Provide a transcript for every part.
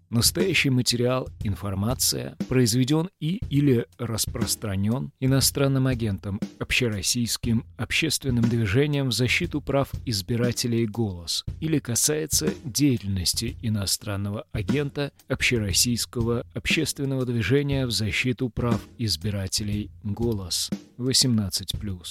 Настоящий материал, информация произведен или распространен иностранным агентом, общероссийским общественным движением в защиту прав избирателей «Голос» или касается деятельности иностранного агента общероссийского общественного движения в защиту прав избирателей «Голос». 18+.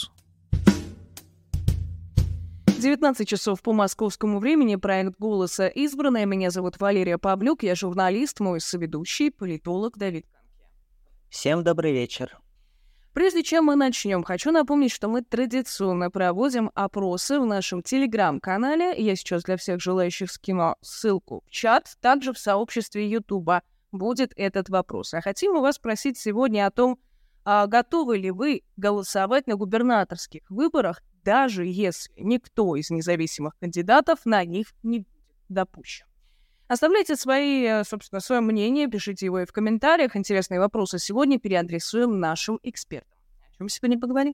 19 часов по московскому времени. Проект «Голоса. Избранная». Меня зовут Валерия Павлюк. Я журналист, мой соведущий, политолог Давид Канке. Всем добрый вечер. Прежде чем мы начнем, хочу напомнить, что мы традиционно проводим опросы в нашем телеграм-канале. Я сейчас для всех желающих скину ссылку в чат. Также в сообществе Ютуба будет этот вопрос. А хотим у вас спросить сегодня о том, готовы ли вы голосовать на губернаторских выборах, даже если никто из независимых кандидатов на них не будет допущен. Оставляйте свое мнение, пишите его и в комментариях. Интересные вопросы сегодня переадресуем нашим экспертам. О чем сегодня поговорим?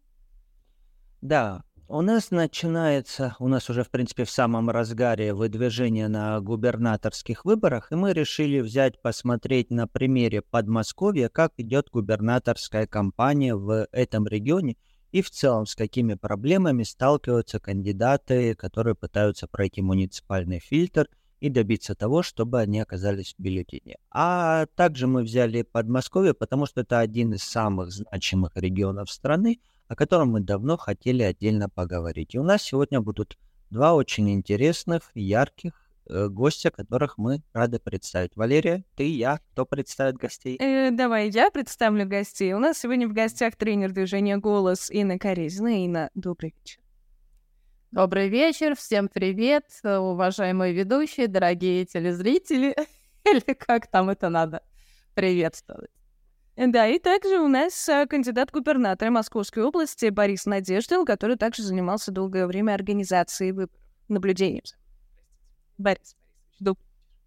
Да, у нас уже, в принципе, в самом разгаре выдвижение на губернаторских выборах, и мы решили посмотреть на примере Подмосковья, как идет губернаторская кампания в этом регионе, и в целом с какими проблемами сталкиваются кандидаты, которые пытаются пройти муниципальный фильтр и добиться того, чтобы они оказались в бюллетене. А также мы взяли Подмосковье, потому что это один из самых значимых регионов страны, о котором мы давно хотели отдельно поговорить. И у нас сегодня будут два очень интересных, ярких гостя, которых мы рады представить. Валерия, ты, я, кто представит гостей? Давай я представлю гостей. У нас сегодня в гостях тренер движения «Голос» Инна Корезина. Инна, добрый вечер. Добрый вечер, всем привет, уважаемые ведущие, дорогие телезрители, или как там это надо приветствовать. Да, и также у нас кандидат губернатора Московской области Борис Надеждин, который также занимался долгое время организацией выборов, наблюдением. Борис Борисович,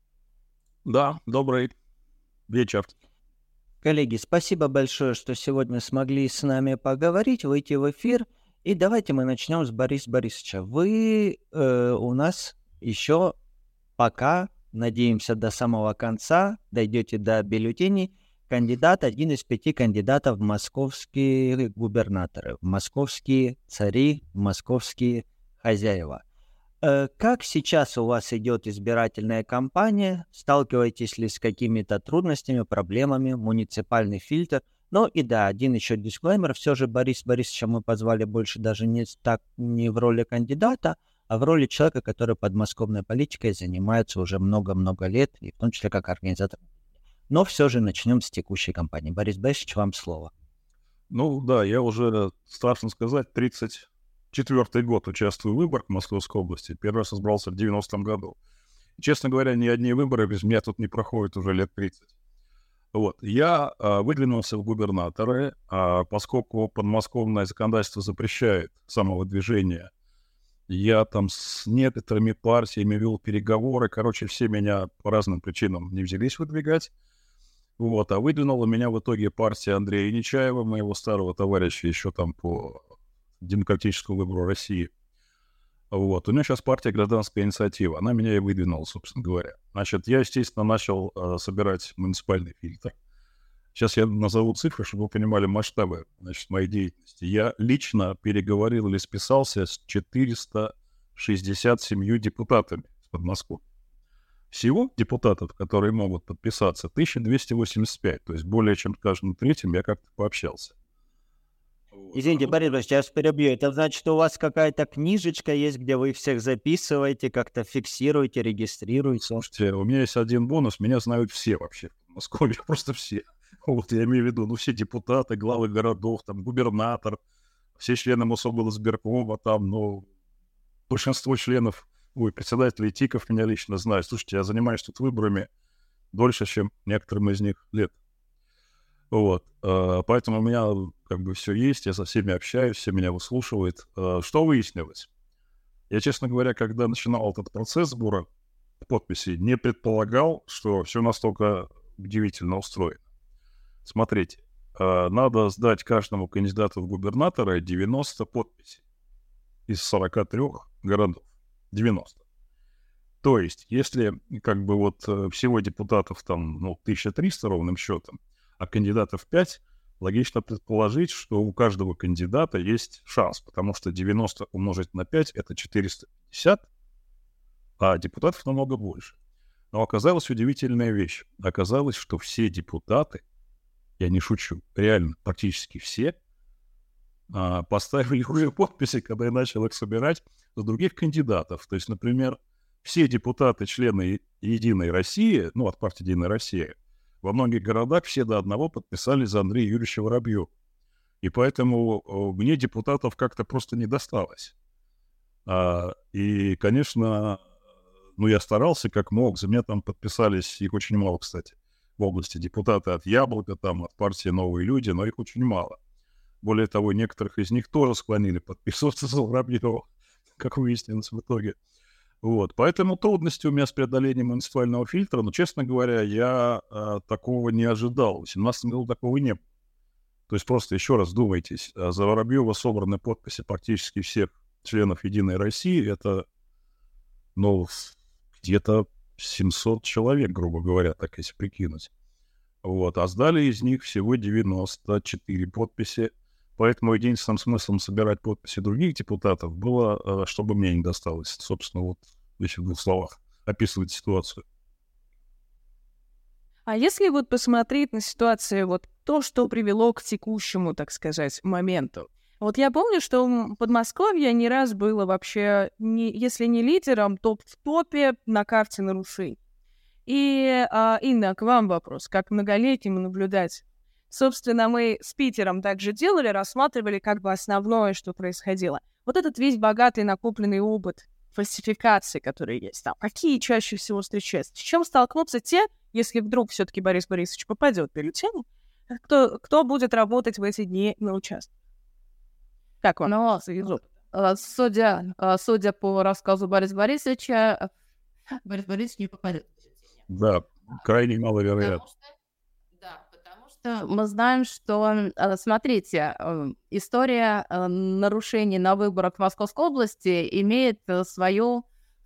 Да, добрый вечер. Коллеги, спасибо большое, что сегодня смогли с нами поговорить, выйти в эфир. И давайте мы начнем с Бориса Борисовича. Вы у нас еще пока, надеемся, до самого конца дойдете до бюллетеней. Один из 5 кандидатов в московские губернаторы, в московские цари, в московские хозяева. Как сейчас у вас идет избирательная кампания? Сталкиваетесь ли с какими-то трудностями, проблемами, муниципальный фильтр? Ну и да, один еще дисклеймер. Все же Бориса Борисовича мы позвали больше даже не в роли кандидата, а в роли человека, который подмосковной политикой занимается уже много-много лет, и в том числе как организатор. Но все же начнем с текущей кампании. Борис Борисович, вам слово. Ну да, я уже, страшно сказать, 34-й год участвую в выборах в Московской области. Первый раз избрался в 90-м году. Честно говоря, ни одни выборы без меня тут не проходят уже лет 30. Вот. Я выдвинулся в губернаторы, поскольку подмосковное законодательство запрещает самовыдвижение. Я там с некоторыми партиями вел переговоры. Короче, все меня по разным причинам не взялись выдвигать. Вот. А выдвинула меня в итоге партия Андрея Нечаева, моего старого товарища, еще там по демократическому выбору России. Вот. У меня сейчас партия «Гражданская инициатива». Она меня и выдвинула, собственно говоря. Значит, я, естественно, начал собирать муниципальный фильтр. Сейчас я назову цифры, чтобы вы понимали масштабы, значит, моей деятельности. Я лично переговорил или списался с 467 депутатами из Подмосковья. Всего депутатов, которые могут подписаться, 1285. То есть более чем с каждым третьим я как-то пообщался. Извините, Борис Борисович, я вас перебью. Это значит, что у вас какая-то книжечка есть, где вы их всех записываете, как-то фиксируете, регистрируете? Слушайте, у меня есть один бонус. Меня знают все вообще в Москве, просто все. Вот я имею в виду, все депутаты, главы городов, там, губернатор, все члены Мособлсбиркома, там, большинство членов, председателей ТИКов меня лично знают. Слушайте, я занимаюсь тут выборами дольше, чем некоторым из них лет. Вот, поэтому у меня как бы все есть, я со всеми общаюсь, все меня выслушивают. Что выяснилось? Я, честно говоря, когда начинал этот процесс сбора подписей, не предполагал, что все настолько удивительно устроено. Смотрите, надо сдать каждому кандидату в губернаторы 90 подписей из 43 городов. 90. То есть, если как бы вот всего депутатов там 1300 ровным счетом, а кандидатов 5, логично предположить, что у каждого кандидата есть шанс, потому что 90 умножить на 5 — это 450, а депутатов намного больше. Но оказалась удивительная вещь. Оказалось, что все депутаты, я не шучу, реально практически все, поставили уже подписи, когда я начал их собирать, за других кандидатов. То есть, например, все депутаты, члены «Единой России», от партии «Единая Россия», во многих городах все до одного подписались за Андрея Юрьевича Воробьева. И поэтому мне депутатов как-то просто не досталось. И, конечно, я старался как мог. За меня там подписались, их очень мало, кстати, в области депутаты от «Яблока», там, от партии «Новые люди», но их очень мало. Более того, некоторых из них тоже склонили подписываться за Воробьева, как выяснилось в итоге. Поэтому трудности у меня с преодолением муниципального фильтра, но, честно говоря, я такого не ожидал. В 2017 году такого не было. То есть просто еще раз вдумайтесь, за Воробьева собраны подписи практически всех членов «Единой России». Это, где-то 700 человек, грубо говоря, так если прикинуть. А сдали из них всего 94 подписи. Поэтому единственным смыслом собирать подписи других депутатов было, чтобы мне не досталось. Собственно, если в 2 словах описывать ситуацию. А если посмотреть на ситуацию, то, что привело к текущему, так сказать, моменту. Я помню, что Подмосковье не раз было вообще, если не лидером, то в топе на карте нарушений. И, Инна, к вам вопрос, как многолетнему наблюдателю. Собственно, мы с Питером также делали, рассматривали основное, что происходило. Этот весь богатый накопленный опыт фальсификации, которые есть там, какие чаще всего встречаются, с чем столкнутся те, если вдруг все-таки Борис Борисович попадет в бюллетень, кто будет работать в эти дни на участке? Как вам? Судя по рассказу Бориса Борисовича, Борис Борисович не попадет в бюллетень. Да, крайне маловероятно. Потому что мы знаем, что, смотрите, история нарушений на выборах в Московской области имеет свой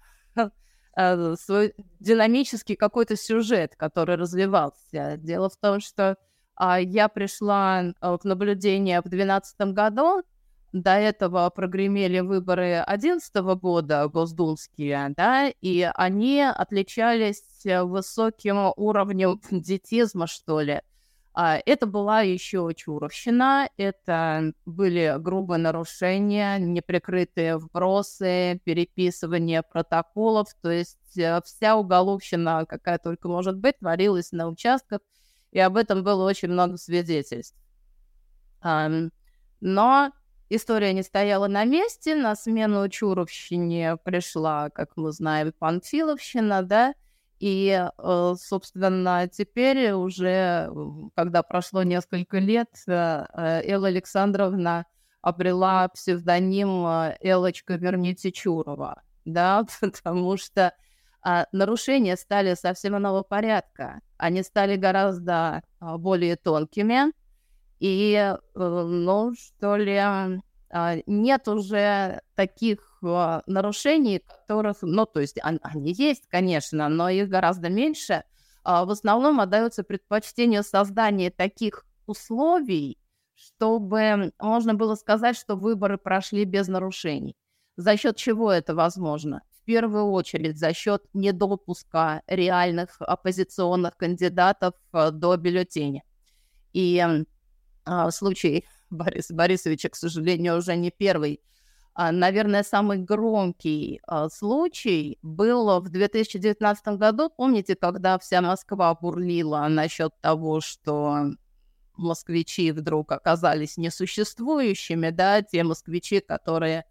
динамический какой-то сюжет, который развивался. Дело в том, что я пришла в наблюдение в 2012 году. До этого прогремели выборы 2011 года, госдумские, да, и они отличались высоким уровнем бандитизма, что ли. Это была еще Чуровщина, это были грубые нарушения, неприкрытые вбросы, переписывание протоколов, то есть вся уголовщина, какая только может быть, творилась на участках, и об этом было очень много свидетельств. Но история не стояла на месте, на смену Чуровщине пришла, как мы знаем, Панфиловщина, да, и, собственно, теперь уже, когда прошло несколько лет, Элла Александровна обрела псевдоним Эллочка «Верните Чурова», да, потому что нарушения стали совсем иного порядка. Они стали гораздо более тонкими, и, нет уже таких нарушений, которых, то есть они есть, конечно, но их гораздо меньше. В основном отдается предпочтению создания таких условий, чтобы можно было сказать, что выборы прошли без нарушений. За счет чего это возможно? В первую очередь за счет недопуска реальных оппозиционных кандидатов до бюллетеня. И случай Бориса Борисовича, к сожалению, уже не первый. Наверное, самый громкий случай был в 2019 году. Помните, когда вся Москва бурлила насчет того, что москвичи вдруг оказались несуществующими, да, те москвичи, которые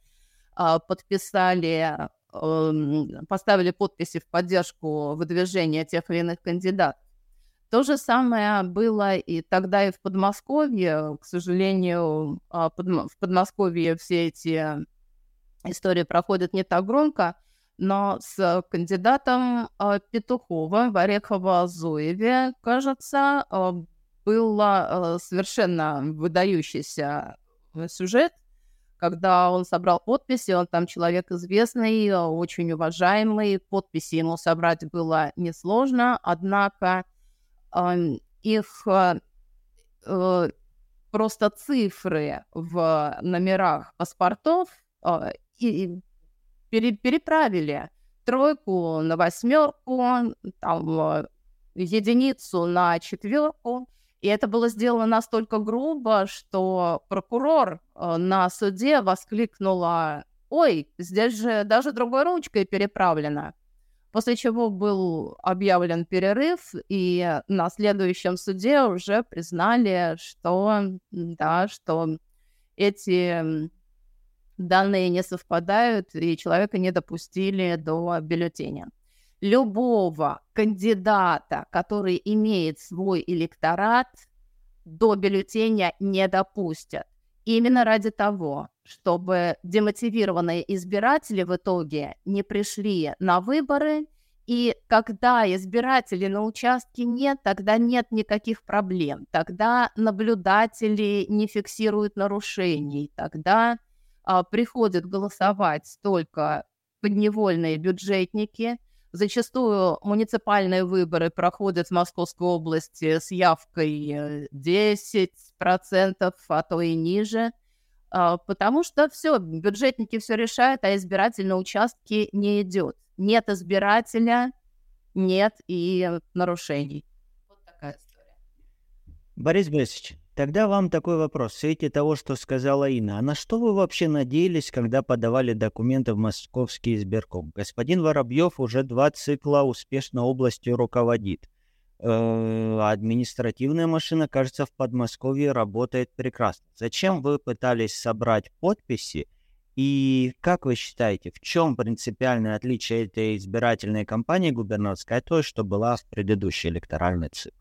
поставили подписи в поддержку выдвижения тех или иных кандидатов. То же самое было и тогда и в Подмосковье. К сожалению, в Подмосковье все эти истории проходят не так громко, но с кандидатом Петухова в Орехово-Зуеве, кажется, был совершенно выдающийся сюжет, когда он собрал подписи, он там человек известный, очень уважаемый, подписи ему собрать было несложно, однако их просто цифры в номерах паспортов переправили тройку на восьмерку, там, единицу на четверку. И это было сделано настолько грубо, что прокурор на суде воскликнула: «Ой, здесь же даже другой ручкой переправлено». После чего был объявлен перерыв, и на следующем суде уже признали, что, да, что эти данные не совпадают, и человека не допустили до бюллетеня. Любого кандидата, который имеет свой электорат, до бюллетеня не допустят. Именно ради того, чтобы демотивированные избиратели в итоге не пришли на выборы, и когда избирателей на участке нет, тогда нет никаких проблем, тогда наблюдатели не фиксируют нарушений, тогда приходят голосовать только подневольные бюджетники. Зачастую муниципальные выборы проходят в Московской области с явкой 10%, а то и ниже, потому что все, бюджетники все решают, а избиратель на участке не идет. Нет избирателя, нет и нарушений. Вот такая история. Борис Борисович, тогда вам такой вопрос. В свете того, что сказала Инна, а на что вы вообще надеялись, когда подавали документы в Московский избирком? Господин Воробьев уже 2 цикла успешно областью руководит. Административная машина, кажется, в Подмосковье работает прекрасно. Зачем вы пытались собрать подписи? И как вы считаете, в чем принципиальное отличие этой избирательной кампании губернаторской от той, что была в предыдущей электоральной цикл?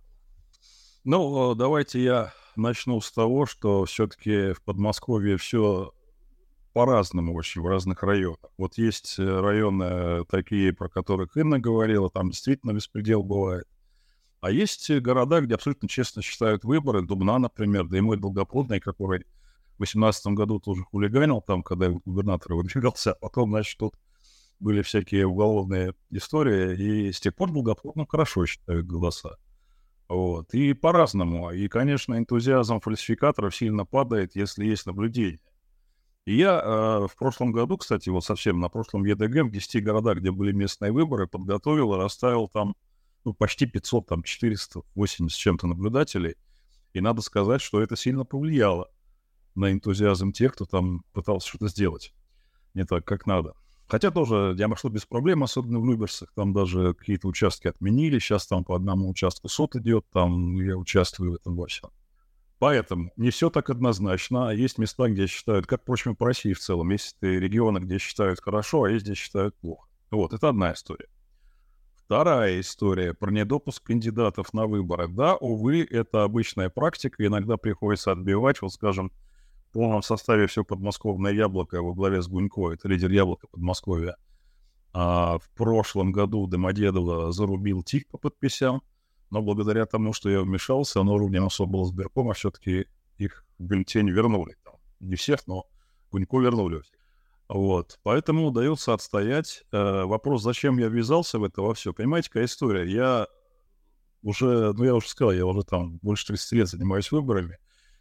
Ну, давайте я начну с того, что все-таки в Подмосковье все по-разному очень в разных районах. Вот есть районы такие, про которых Инна говорила, там действительно беспредел бывает. А есть города, где абсолютно честно считают выборы. Дубна, например, да и мой Долгопрудный, который в 2018 году тоже хулиганил там, когда губернатор выдвигался, а потом, значит, тут были всякие уголовные истории, и с тех пор Долгопрудным хорошо считают голоса. Вот. И по-разному. И, конечно, энтузиазм фальсификаторов сильно падает, если есть наблюдение. И я в прошлом году, кстати, вот совсем на прошлом ЕДГ в 10 городах, где были местные выборы, подготовил и расставил там почти 500, там 480 с чем-то наблюдателей. И надо сказать, что это сильно повлияло на энтузиазм тех, кто там пытался что-то сделать не так, как надо. Хотя тоже я обошел без проблем, особенно в Люберцах. Там даже какие-то участки отменили. Сейчас там по одному участку суд идет. Там я участвую в этом во всем. Поэтому не все так однозначно. Есть места, где считают, как, впрочем, по России в целом. Есть регионы, где считают хорошо, а есть, где считают плохо. Вот, это одна история. Вторая история про недопуск кандидатов на выборы. Да, увы, это обычная практика. Иногда приходится отбивать, вот, скажем, в полном составе все подмосковное яблоко во главе с Гунько, это лидер яблока Подмосковья. В прошлом году Домодедово зарубил ТИК по подписям, но благодаря тому, что я вмешался, на уровне Мособлсбиркома все-таки их в бюллетень вернули. Там, не всех, но Гунько вернули. Вот. Поэтому удается отстоять. Вопрос, зачем я ввязался в это во все. Понимаете, какая история? Я уже сказал, я уже там больше 30 лет занимаюсь выборами.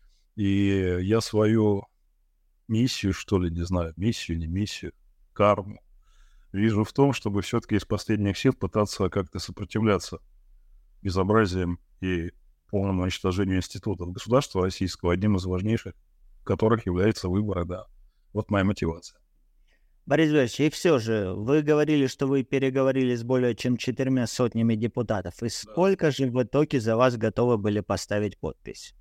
И я свою миссию, что ли, не знаю, не миссию, карму, вижу в том, чтобы все-таки из последних сил пытаться как-то сопротивляться безобразиям и полному уничтожению институтов государства российского, одним из важнейших которых является выборы, да. Вот моя мотивация. Борис Борисович, и все же, вы говорили, что вы переговорили с более чем 4 сотнями депутатов. И сколько же в итоге за вас готовы были поставить подпись?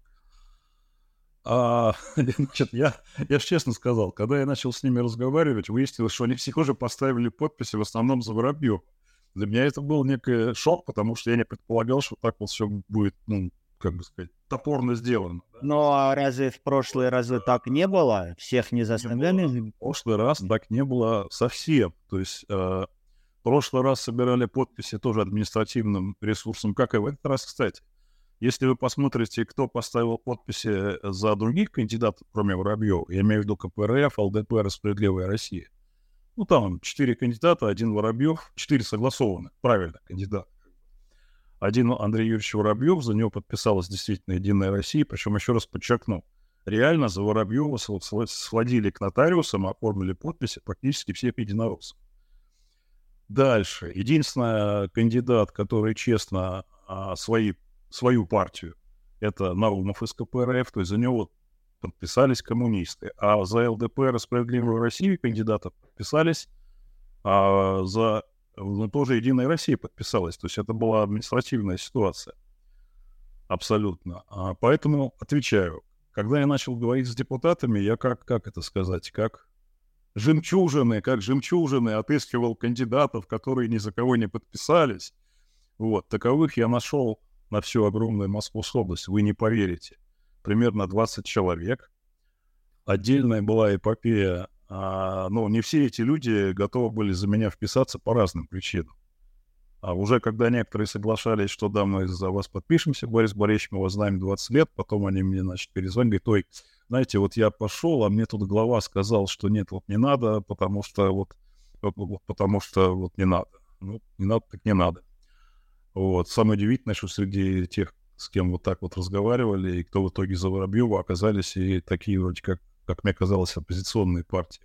Значит, я же честно сказал, когда я начал с ними разговаривать, выяснилось, что они все уже поставили подписи в основном за Воробьев. Для меня это был некий шок, потому что я не предполагал, что так вот все будет, топорно сделано. Да? Ну, а разве в прошлые разы так не было? Всех не заставляли? В прошлый раз так не было совсем. То есть в прошлый раз собирали подписи тоже административным ресурсом, как и в этот раз, кстати. Если вы посмотрите, кто поставил подписи за других кандидатов, кроме Воробьева, я имею в виду КПРФ, ЛДПР и «Справедливая Россия», ну, там 4 кандидата, 1 Воробьев, 4 согласованных, правильно, кандидата. Один Андрей Юрьевич Воробьев, за него подписалась действительно «Единая Россия», причем, еще раз подчеркну, реально за Воробьева сводили к нотариусам, оформили подписи практически всех единороссов. Дальше. Единственный кандидат, который честно свою партию, это Наумов из КПРФ, то есть за него подписались коммунисты. А за ЛДПР и «Справедливую Россию» кандидатов подписались, тоже «Единая Россия» подписалась. То есть это была административная ситуация. Абсолютно. Поэтому отвечаю. Когда я начал говорить с депутатами, я как это сказать, как жемчужины отыскивал кандидатов, которые ни за кого не подписались. Вот, таковых я нашел на всю огромную Московскую область. Вы не поверите. Примерно 20 человек. Отдельная была эпопея. Не все эти люди готовы были за меня вписаться по разным причинам. А уже когда некоторые соглашались, что да, мы за вас подпишемся, Борис Борисович, мы вас знаем 20 лет, потом они мне, перезвонили, говорят, ой, знаете, вот я пошел, а мне тут глава сказал, что нет, вот не надо, потому что не надо. Ну, не надо, так не надо. Вот. Самое удивительное, что среди тех, с кем вот так вот разговаривали, и кто в итоге за Воробьева, оказались и такие вроде как мне казалось, оппозиционные партии.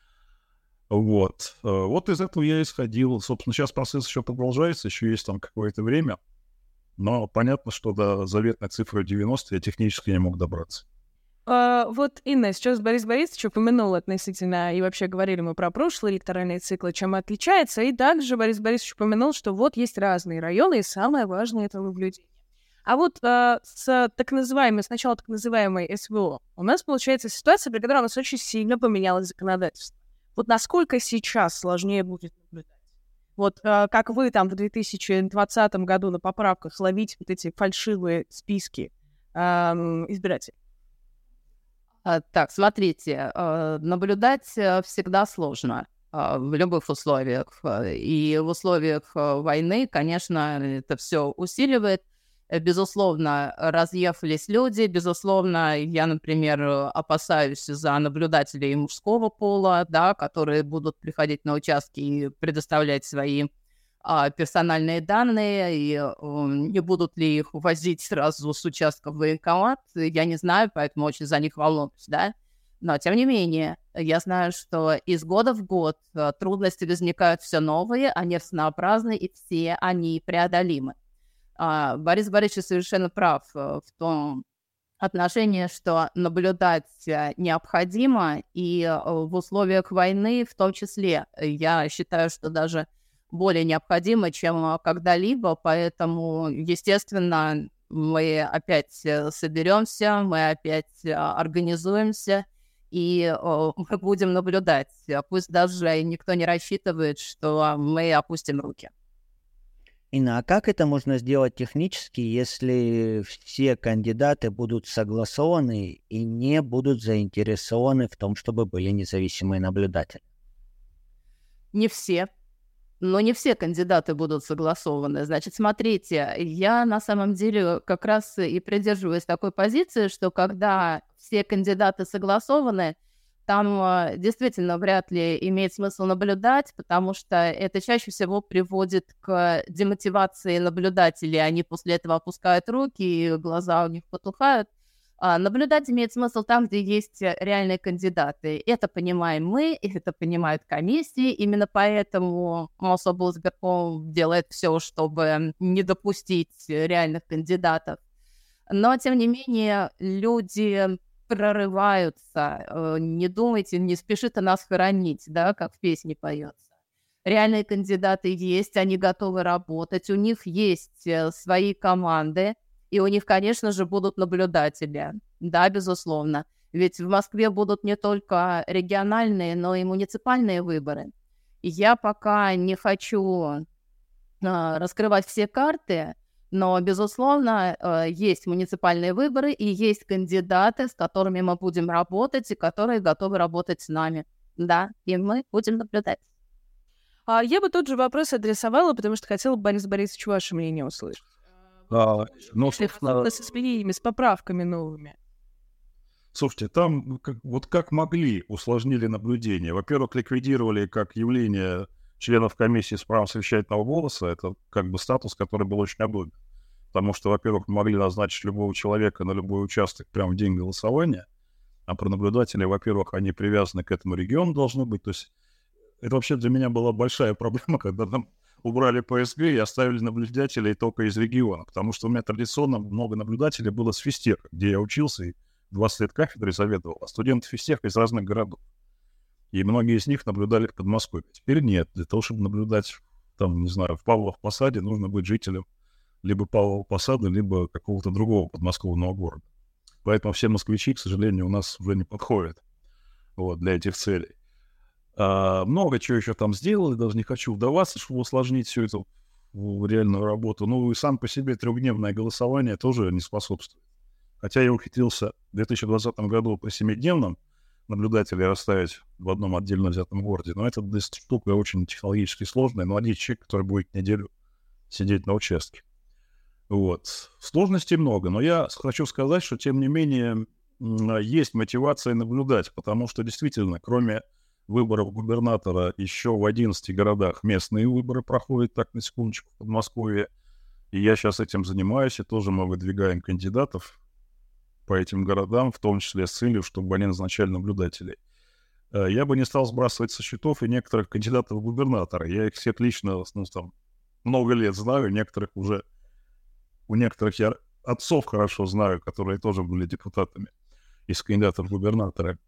Вот. Вот из этого я исходил. Собственно, сейчас процесс еще продолжается, еще есть там какое-то время, но понятно, что до заветной цифры 90 я технически не мог добраться. Вот, Инна, сейчас Борис Борисович упомянул относительно, и вообще говорили мы про прошлые электоральные циклы, чем отличается, и также Борис Борисович упомянул, что вот есть разные районы, и самое важное — это наблюдение. А вот сначала так называемой СВО у нас получается ситуация, при которой у нас очень сильно поменялось законодательство. Вот насколько сейчас сложнее будет наблюдать? Вот как вы там в 2020 году на поправках ловите вот эти фальшивые списки избирателей? Так, смотрите, наблюдать всегда сложно в любых условиях. И в условиях войны, конечно, это все усиливает. Безусловно, разъехались люди. Безусловно, я, например, опасаюсь за наблюдателей мужского пола, да, которые будут приходить на участки и предоставлять свои персональные данные, и не будут ли их возить сразу с участка в военкомат, я не знаю, поэтому очень за них волнуюсь, да. Но, тем не менее, я знаю, что из года в год трудности возникают все новые, они разнообразны, и все они преодолимы. Борис Борисович совершенно прав в том отношении, что наблюдать необходимо, и в условиях войны в том числе. Я считаю, что даже более необходимо, чем когда-либо, поэтому, естественно, мы опять соберемся, мы опять организуемся, и мы будем наблюдать. Пусть даже никто не рассчитывает, что мы опустим руки. Инна, а как это можно сделать технически, если все кандидаты будут согласованы и не будут заинтересованы в том, чтобы были независимые наблюдатели? Не все. Но не все кандидаты будут согласованы. Значит, смотрите, я на самом деле как раз и придерживаюсь такой позиции, что когда все кандидаты согласованы, там действительно вряд ли имеет смысл наблюдать, потому что это чаще всего приводит к демотивации наблюдателей. Они после этого опускают руки, и глаза у них потухают. Наблюдать имеет смысл там, где есть реальные кандидаты. Это понимаем мы, это понимают комиссии. Именно поэтому Мособлсбирком делает все, чтобы не допустить реальных кандидатов. Но, тем не менее, люди прорываются. Не думайте, не спешите нас хоронить, да, как в песне поется. Реальные кандидаты есть, они готовы работать, у них есть свои команды, и у них, конечно же, будут наблюдатели. Да, безусловно. Ведь в Москве будут не только региональные, но и муниципальные выборы. И я пока не хочу раскрывать все карты, но, безусловно, есть муниципальные выборы и есть кандидаты, с которыми мы будем работать и которые готовы работать с нами. Да, и мы будем наблюдать. Я бы тот же вопрос адресовала, потому что хотела бы, Борис Борисович, ваше мнение услышать. Но, С изменениями, с поправками новыми. слушайте, там как могли усложнили наблюдение. Во-первых, ликвидировали как явление членов комиссии с правом совещательного голоса. Это как бы статус, который был очень удобен. Потому что, во-первых, могли назначить любого человека на любой участок прямо в день голосования. А про наблюдателей, во-первых, они привязаны к этому региону должны быть. То есть это вообще для меня была большая проблема, когда там убрали ПСГ и оставили наблюдателей только из региона. Потому что у меня традиционно много наблюдателей было с физтеха, где я учился и 20 лет кафедрой заведовал, а студенты физтеха из разных городов. И многие из них наблюдали в Подмосковье. Теперь нет. Для того, чтобы наблюдать, там, не знаю, в Павловом Посаде, нужно быть жителем либо Павлового Посада, либо какого-то другого подмосковного города. Поэтому все москвичи, к сожалению, у нас уже не подходят для этих целей. Много чего еще там сделали, даже не хочу вдаваться, чтобы усложнить всю эту реальную работу. Ну, и сам по себе трехдневное голосование тоже не способствует. Хотя я ухитрился в 2020 году по 7-дневным наблюдателей расставить в одном отдельно взятом городе. Но эта штука очень технологически сложная. Но один человек, который будет неделю сидеть на участке. Сложностей много. Но я хочу сказать, что, тем не менее, есть мотивация наблюдать. Потому что, действительно, кроме выборов губернатора, еще в 11 городах местные выборы проходят, так, на секундочку, в Подмосковье. И я сейчас этим занимаюсь, и тоже мы выдвигаем кандидатов по этим городам, в том числе с целью, чтобы они назначали наблюдателей. Я бы не стал сбрасывать со счетов и некоторых кандидатов в губернаторы. Я их всех лично, много лет знаю, у некоторых я отцов хорошо знаю, которые тоже были депутатами из кандидатов в губернаторы.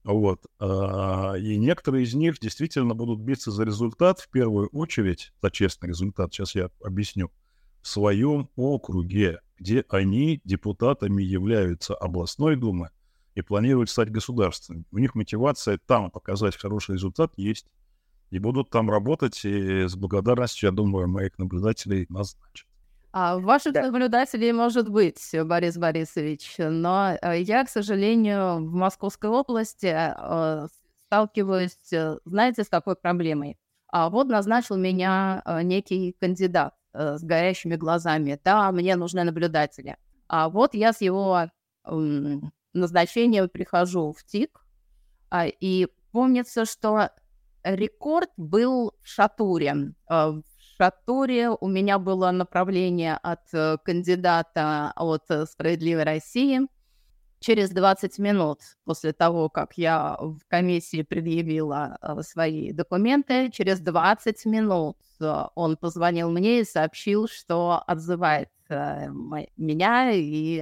И некоторые из них действительно будут биться за результат, в первую очередь, за честный результат, сейчас я объясню, в своем округе, где они депутатами являются областной думы и планируют стать государственными. У них мотивация там показать хороший результат есть. И будут там работать, и с благодарностью, я думаю, моих наблюдателей назначат. Ваших наблюдателей может быть, Борис Борисович, но я, к сожалению, в Московской области сталкиваюсь, знаете, с какой проблемой? Назначил меня некий кандидат с горящими глазами. Да, мне нужны наблюдатели. Я с его назначением прихожу в ТИК, и помнится, что рекорд был в Шатуре. В Шатуре у меня было направление от кандидата от «Справедливой России». Через 20 минут после того, как я в комиссии предъявила свои документы, через 20 минут он позвонил мне и сообщил, что отзывает меня и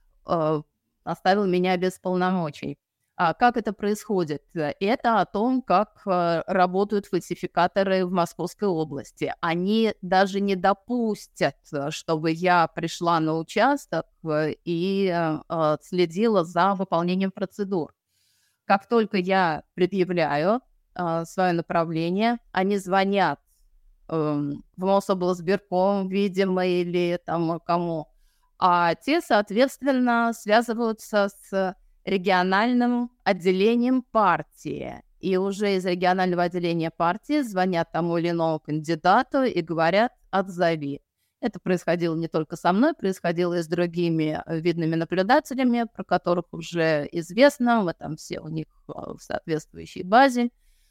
оставил меня без полномочий. Как это происходит? Это о том, как работают фальсификаторы в Московской области. Они даже не допустят, чтобы я пришла на участок и следила за выполнением процедур. Как только я предъявляю свое направление, они звонят в Мособлсбирком, видимо, или там кому, а те, соответственно, связываются с региональным отделением партии. И уже из регионального отделения партии звонят тому или иному кандидату и говорят: отзови. Это происходило не только со мной, происходило и с другими видными наблюдателями, про которых уже известно, мы там все у них в соответствующей базе.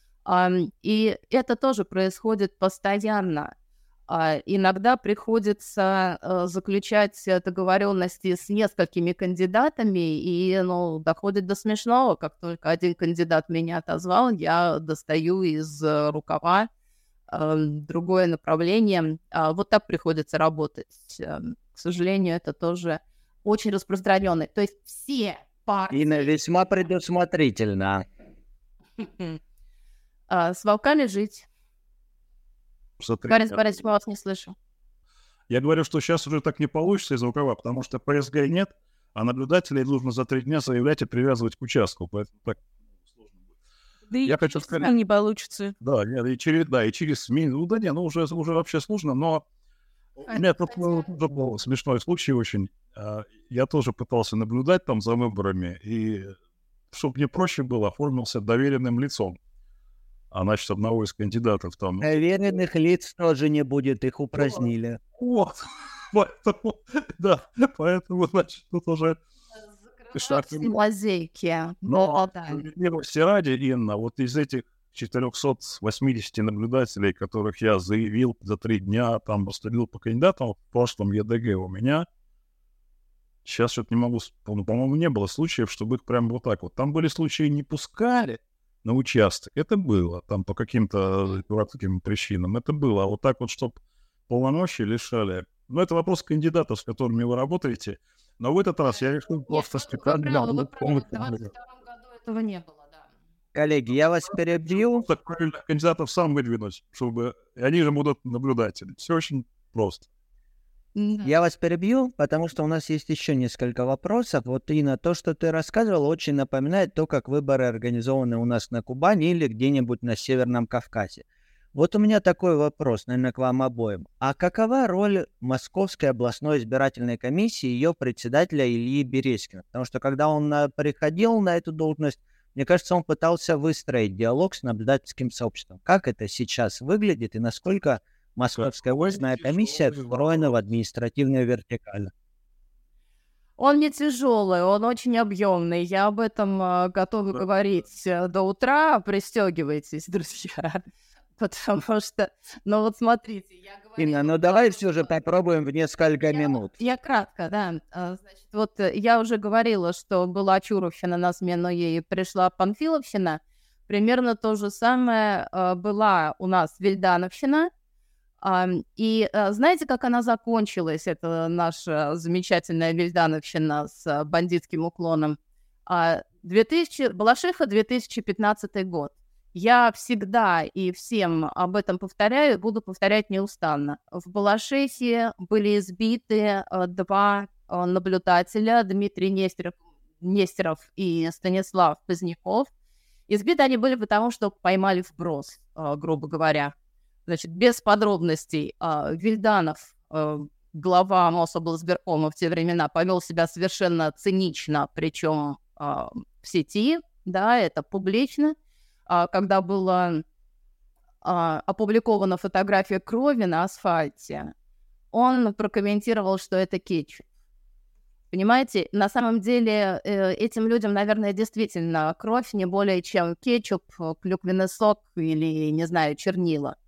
И это тоже происходит постоянно. Иногда приходится заключать договоренности с несколькими кандидатами, и доходит до смешного. Как только один кандидат меня отозвал, я достаю из рукава другое направление. Так приходится работать. К сожалению, это тоже очень распространенно. То есть все партии... Инна, весьма предусмотрительно. С волками жить. Борис Борисович, мы вас не слышу. Я говорю, что сейчас уже так не получится из рукава, потому что ПСГ нет, а наблюдателей нужно за 3 дня заявлять и привязывать к участку. Поэтому так сложно будет. Да и через СМИ не получится. Да, и через СМИ. Уже вообще сложно, но у меня тут был смешной случай очень. Я тоже пытался наблюдать там за выборами, и чтобы мне проще было, оформился доверенным лицом. Одного из кандидатов там... Доверенных лиц тоже не будет, их упразднили. Поэтому, да, поэтому, значит, тут уже... Закрываются лазейки. Но Да. справедливости ради, Инна, вот из этих 480 наблюдателей, которых я заявил за 3 дня, там расстрелил по кандидатам, в прошлом ЕДГ у меня, сейчас что-то не могу вспомнить, по-моему, не было случаев, чтобы их прям вот так вот. Там были случаи, не пускали на участок, это было, там по каким-то дурацким причинам, это было. А вот так вот, чтобы полномочий лишали. Но это вопрос кандидатов, с которыми вы работаете. Но в этот раз я решил просто специально... В 2022 году этого не было, да. Коллеги, я вас перебью. Кандидатов сам выдвинуть, чтобы... И они же будут наблюдатели. Все очень просто. Я вас перебью, потому что у нас есть еще несколько вопросов. Вот, Инна, то, что ты рассказывала, очень напоминает то, как выборы организованы у нас на Кубани или где-нибудь на Северном Кавказе. Вот у меня такой вопрос, наверное, к вам обоим. А какова роль Московской областной избирательной комиссии и ее председателя Ильи Березкина? Потому что когда он приходил на эту должность, мне кажется, он пытался выстроить диалог с наблюдательским сообществом. Как это сейчас выглядит и насколько Московская областная комиссия встроена в административную вертикаль? Он не тяжелый, он очень объемный. Я об этом готова говорить до утра. Пристегивайтесь, друзья. Потому что, ну вот смотрите, я говорю... Инна, ну давай все же попробуем в несколько минут. Я кратко, да. Значит, вот я уже говорила, что была Чуровщина, на смену ей пришла Панфиловщина. Примерно то же самое была у нас Вильдановщина. И знаете, как она закончилась, это наша замечательная Вильдановщина с бандитским уклоном? Балашиха, 2015 год. Я всегда и всем об этом повторяю, буду повторять неустанно. В Балашихе были избиты 2 наблюдателя, Дмитрий Нестеров и Станислав Поздняков. Избиты они были потому, что поймали вброс, грубо говоря. Значит, без подробностей, Вильданов, глава Мособлсбиркома в те времена, повел себя совершенно цинично, причем в сети, да, это публично. Когда была опубликована фотография крови на асфальте, он прокомментировал, что это кетчуп. Понимаете, на самом деле этим людям, наверное, действительно кровь не более чем кетчуп, клюквенный сок или, не знаю, чернила.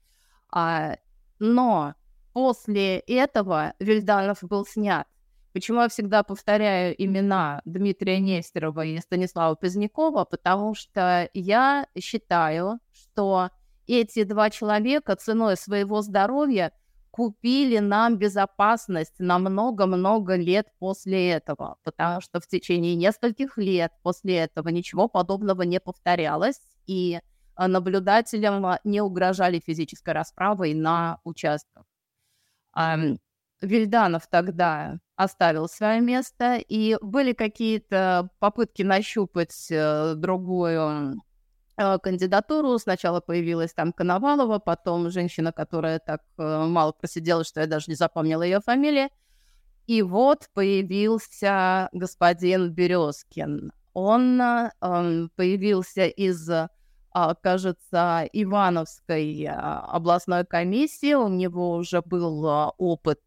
Но после этого Вильданов был снят. Почему я всегда повторяю имена Дмитрия Нестерова и Станислава Позднякова? Потому что я считаю, что эти 2 человека ценой своего здоровья купили нам безопасность на много-много лет после этого. Потому что в течение нескольких лет после этого ничего подобного не повторялось, и наблюдателям не угрожали физической расправой на участках. Вильданов тогда оставил свое место, и были какие-то попытки нащупать другую кандидатуру. Сначала появилась там Коновалова, потом женщина, которая так мало просидела, что я даже не запомнила ее фамилию. И вот появился господин Березкин. Он появился из, кажется, Ивановской областной комиссии. У него уже был опыт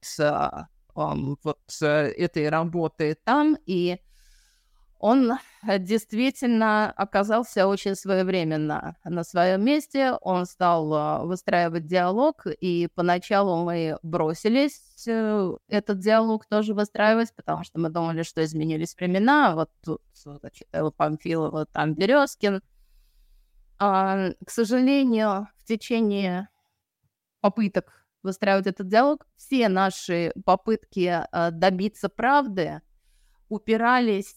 вот этой работы там, и он действительно оказался очень своевременно на своем месте. Он стал выстраивать диалог, и поначалу мы бросились этот диалог тоже выстраивать, потому что мы думали, что изменились времена. Вот тут, значит, Памфилова, там Березкин. К сожалению, в течение попыток выстраивать этот диалог, все наши попытки добиться правды упирались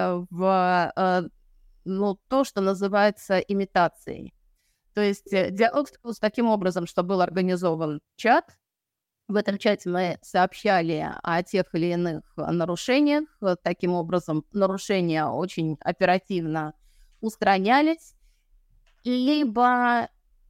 в то, что называется имитацией. То есть диалог строился таким образом, что был организован чат. В этом чате мы сообщали о тех или иных нарушениях. Таким образом, нарушения очень оперативно устранялись. Либо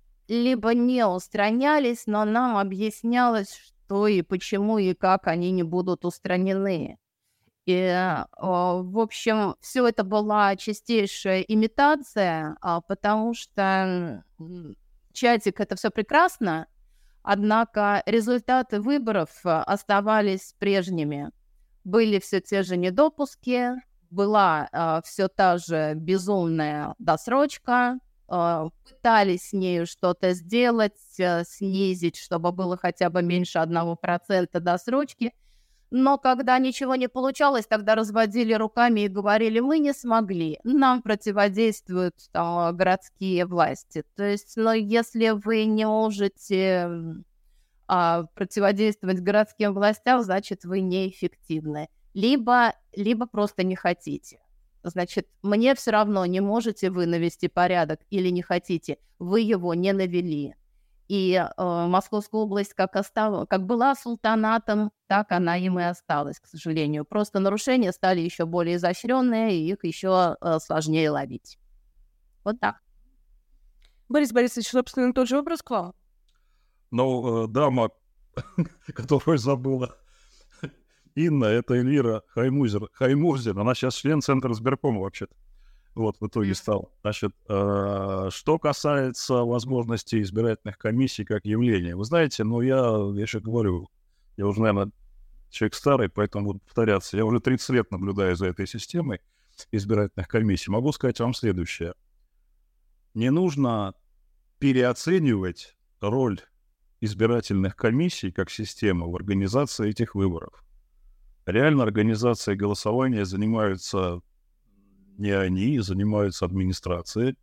не устранялись, но нам объяснялось, что и почему, и как они не будут устранены. И, в общем, все это была чистейшая имитация, потому что чатик — это все прекрасно, Однако результаты выборов оставались прежними. Были все те же недопуски, была все та же безумная досрочка, пытались с нею что-то сделать, снизить, чтобы было хотя бы меньше 1% досрочки. Но когда ничего не получалось, тогда разводили руками и говорили: мы не смогли, нам противодействуют городские власти. То есть, если вы не можете противодействовать городским властям, значит, вы неэффективны. Либо просто не хотите. Значит, мне все равно, не можете вы навести порядок или не хотите, вы его не навели. И Московская область как была султанатом, так она им и осталась, к сожалению. Просто нарушения стали еще более изощренные, и их еще сложнее ловить. Вот так. Борис Борисович, собственно, тот же вопрос к вам. Ну, дама, которую забыла Инна, это Эльвира Хаймузер. Она сейчас член Центра избиркома вообще-то. Вот, в итоге стал. Значит, что касается возможности избирательных комиссий как явления. Вы знаете, я еще говорю, я уже, наверное, человек старый, поэтому буду повторяться. Я уже 30 лет наблюдаю за этой системой избирательных комиссий. Могу сказать вам следующее. Не нужно переоценивать роль избирательных комиссий как системы в организации этих выборов. Реально организацией голосования занимаются не они, занимаются администрацией.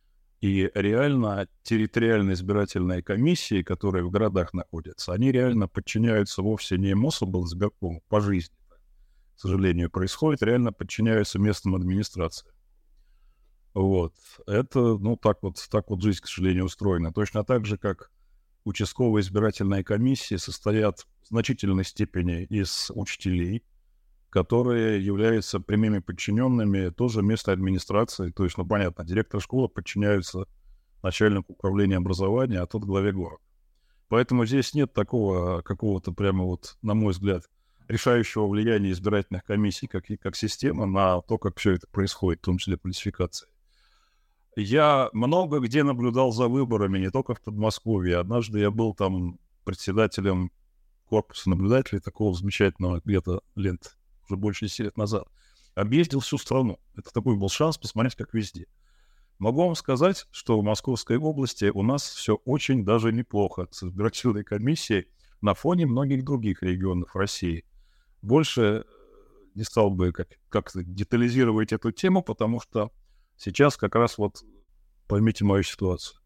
И реально территориальные избирательные комиссии, которые в городах находятся, они реально подчиняются вовсе не Мособлсбиркому по жизни. К сожалению, происходит, реально подчиняются местным администрациям. Вот. Это, так вот жизнь, к сожалению, устроена. Точно так же, как участковые избирательные комиссии состоят в значительной степени из учителей, которые являются прямыми подчиненными тоже местной администрации. То есть, понятно, директор школы подчиняется начальнику управления образования, а тот главе города. Поэтому здесь нет такого какого-то прямо на мой взгляд, решающего влияния избирательных комиссий как система на то, как все это происходит, в том числе фальсификации. Я много где наблюдал за выборами, не только в Подмосковье. Однажды я был там председателем корпуса наблюдателей, такого замечательного где-то лет уже больше 10 лет назад. Объездил всю страну. Это такой был шанс посмотреть, как везде. Могу вам сказать, что в Московской области у нас все очень даже неплохо с избирательной комиссией на фоне многих других регионов России. Больше не стал бы как-то детализировать эту тему, потому что сейчас как раз поймите мою ситуацию.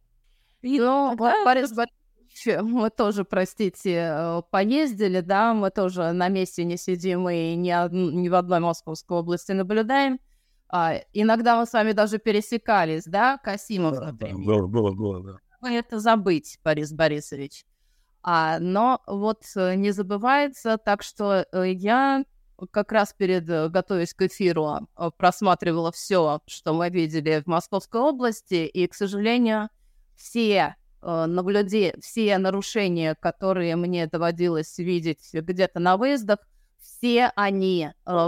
Борис Борисович, мы тоже, простите, поездили, да, мы тоже на месте не сидим и ни в одной Московской области наблюдаем. Иногда мы с вами даже пересекались, да, Касимов, например. Было, да. Вы это забыть, Борис Борисович. Но не забывается, так что я как раз готовясь к эфиру, просматривала все, что мы видели в Московской области, и, к сожалению, все нарушения, которые мне доводилось видеть где-то на выездах, все они в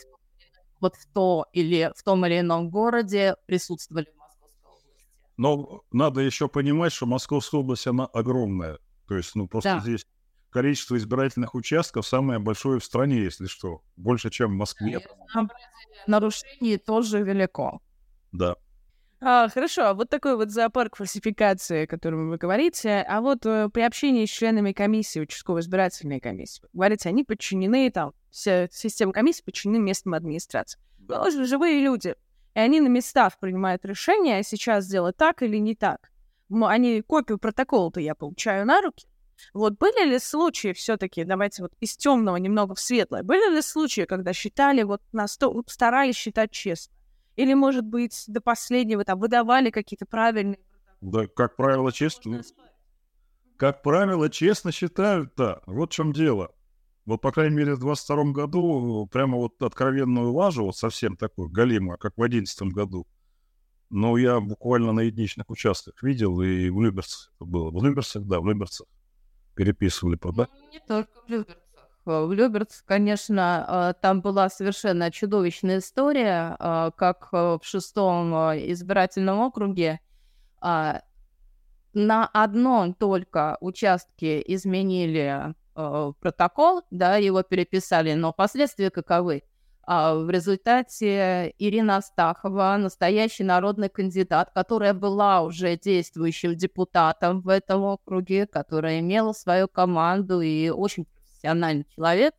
том или ином городе присутствовали в Московской области. Но надо еще понимать, что Московская область, она огромная. То есть, просто здесь количество избирательных участков самое большое в стране, если что. Больше, чем в Москве. Нарушений тоже велико. Да. Хорошо, такой зоопарк фальсификации, о котором вы говорите, при общении с членами комиссии, участковой избирательной комиссии, вы говорите, они подчинены, вся система комиссии подчинены местным администрациям. Да. Но же живые люди, и они на местах принимают решение, сейчас сделать так или не так. Они копию протокола-то я получаю на руки. Были ли случаи все-таки, давайте из темного немного в светлое, были ли случаи, когда считали, старались считать честно? Или, может быть, до последнего выдавали какие-то правильные... Да, как правило, честно. Как правило, честно считают, да. Вот в чем дело. По крайней мере, в 22 году прямо откровенную лажу, совсем такую галимую, как в 2011 году. Но я буквально на единичных участках видел, и в Люберцах это было. В Люберцах переписывали, правда? Не только в Люберцах. В Люберцах, конечно, там была совершенно чудовищная история, как в 6-м избирательном округе на одном только участке изменили протокол, да, его переписали, но последствия каковы? В результате Ирина Астахова, настоящий народный кандидат, которая была уже действующим депутатом в этом округе, которая имела свою команду и очень профессиональный человек,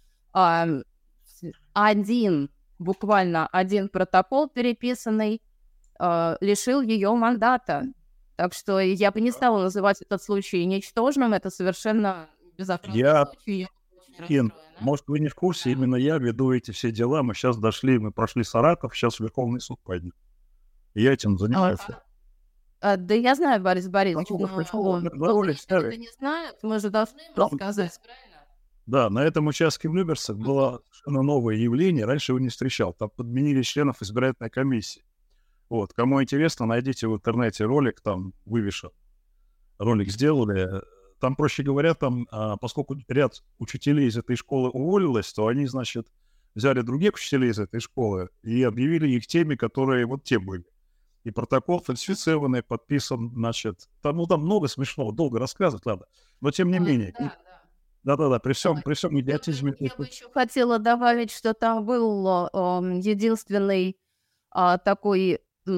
буквально один протокол переписанный лишил ее мандата. Так что я бы не стала называть этот случай ничтожным, это совершенно безопасный случай. Может, вы не в курсе, именно я веду эти все дела. Мы сейчас мы прошли Саратов, сейчас Верховный суд пойдем. И я этим занимаюсь. Да я знаю, Борис Борисович, но это не знаю, мы же должны рассказать, правильно? Да, на этом участке в Люберцах было совершенно новое явление, раньше его не встречал. Там подменили членов избирательной комиссии. Вот, кому интересно, найдите в интернете ролик, там вывешен. Ролик сделали. Там, проще говоря, поскольку ряд учителей из этой школы уволилось, то они, значит, взяли других учителей из этой школы и объявили их теми, которые вот те были. И протокол фальсифицированный, подписан, значит, там много смешного, долго рассказывать, ладно. Но тем не менее. Да, при всем идиотизме. Я бы еще хотела добавить, что там был единственный такой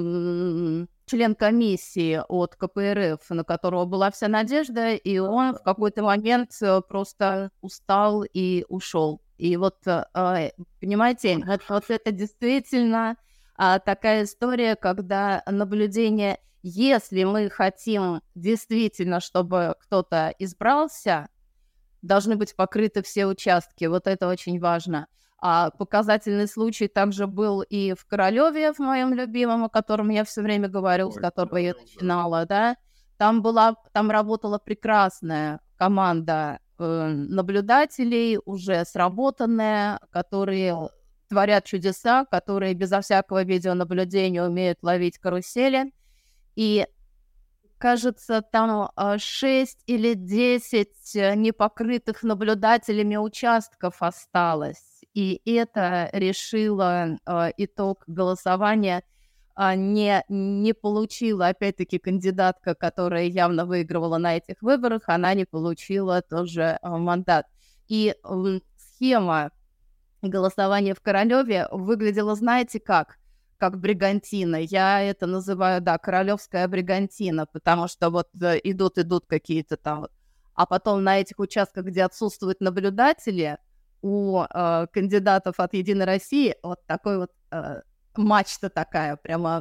член комиссии от КПРФ, на которого была вся надежда, и он в какой-то момент просто устал и ушел. И вот, понимаете, вот это действительно такая история, когда наблюдение, если мы хотим действительно, чтобы кто-то избрался, должны быть покрыты все участки. Вот это очень важно. Показательный случай также был и в Королеве, в моем любимом, о котором я все время говорю, с которого я начинала, да. Там работала прекрасная команда наблюдателей, уже сработанная, которые творят чудеса, которые безо всякого видеонаблюдения умеют ловить карусели. И кажется, там 6 или 10 непокрытых наблюдателями участков осталось. И это решило итог голосования. Не получила, опять-таки, кандидатка, которая явно выигрывала на этих выборах, она не получила тоже мандат. И схема голосования в Королеве выглядела, знаете как? Как бригантина. Я это называю, королевская бригантина, потому что вот идут какие-то там... А потом на этих участках, где отсутствуют наблюдатели, у кандидатов от «Единой России» вот такой вот мачта такая, прямо...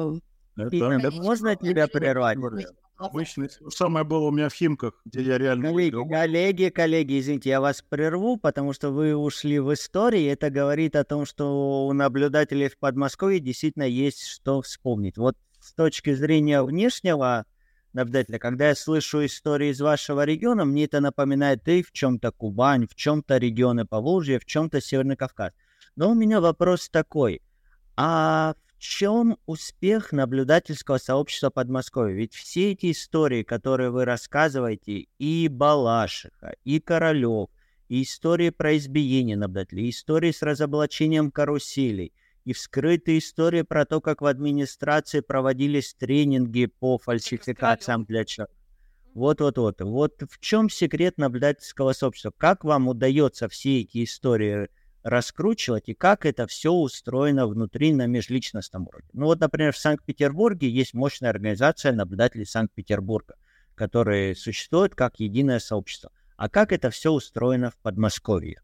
Можно тебя прервать? Обычно самое было у меня в Химках, где я реально... Коллеги, извините, я вас прерву, потому что вы ушли в историю. Это говорит о том, что у наблюдателей в Подмосковье действительно есть что вспомнить. Вот с точки зрения внешнего наблюдателя, когда я слышу истории из вашего региона, мне это напоминает и в чем-то Кубань, в чем-то регионы Поволжья, в чем-то Северный Кавказ. Но у меня вопрос такой. А в чем успех наблюдательского сообщества Подмосковья? Ведь все эти истории, которые вы рассказываете, и Балашиха, и Королев, и истории про избиение наблюдателей, истории с разоблачением каруселей, и вскрытые истории про то, как в администрации проводились тренинги по фальсификациям для человека. Вот в чем секрет наблюдательского сообщества? Как вам удается все эти истории раскручивать, и как это все устроено внутри на межличностном уровне? Ну вот, например, в Санкт-Петербурге есть мощная организация наблюдателей Санкт-Петербурга, которые существуют как единое сообщество. А как это все устроено в Подмосковье?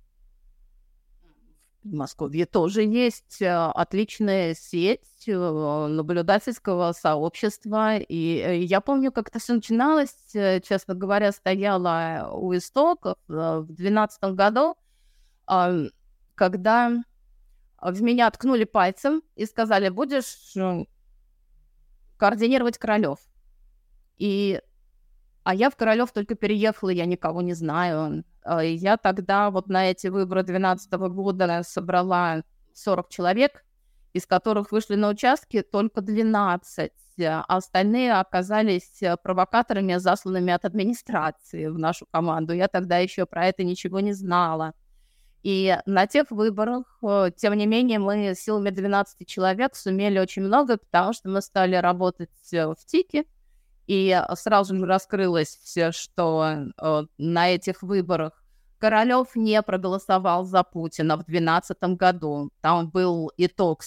В Подмосковье тоже есть отличная сеть наблюдательского сообщества. И я помню, как это все начиналось, честно говоря, стояла у истоков в 2012 году, когда в меня ткнули пальцем и сказали: будешь координировать Королев. А я в Королев только переехала, я никого не знаю. Я тогда вот на эти выборы 2012 года собрала 40 человек, из которых вышли на участки только 12, а остальные оказались провокаторами, засланными от администрации в нашу команду. Я тогда еще про это ничего не знала. И на тех выборах, тем не менее, мы силами 12 человек сумели очень много, потому что мы стали работать в ТИКе, И сразу же раскрылось, что на этих выборах Королёв не проголосовал за Путина в 2012 году. Там был итог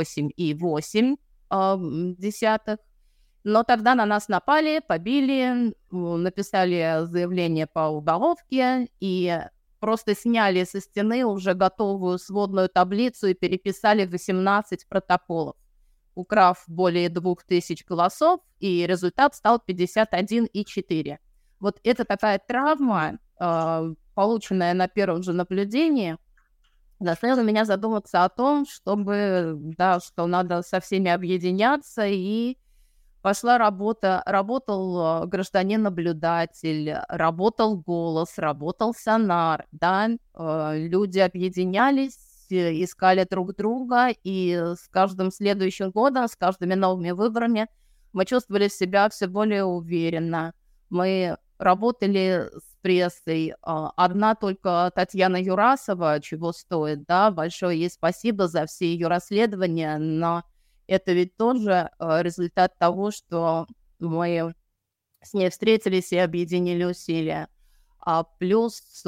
48,8. Но тогда на нас напали, побили, написали заявление по уголовке и просто сняли со стены уже готовую сводную таблицу и переписали 18 протоколов, украв более 2000 голосов, и результат стал 51,4. Вот это такая травма, полученная на первом же наблюдении, заставила меня задуматься о том, что надо со всеми объединяться, и пошла работа. Работал гражданин-наблюдатель, работал «Голос», работал «Сонар», да, люди объединялись, искали друг друга, и с каждым следующим годом, с каждыми новыми выборами мы чувствовали себя все более уверенно. Мы работали с прессой. Одна только Татьяна Юрасова чего стоит, да, большое ей спасибо за все ее расследования, но это ведь тоже результат того, что мы с ней встретились и объединили усилия. Плюс,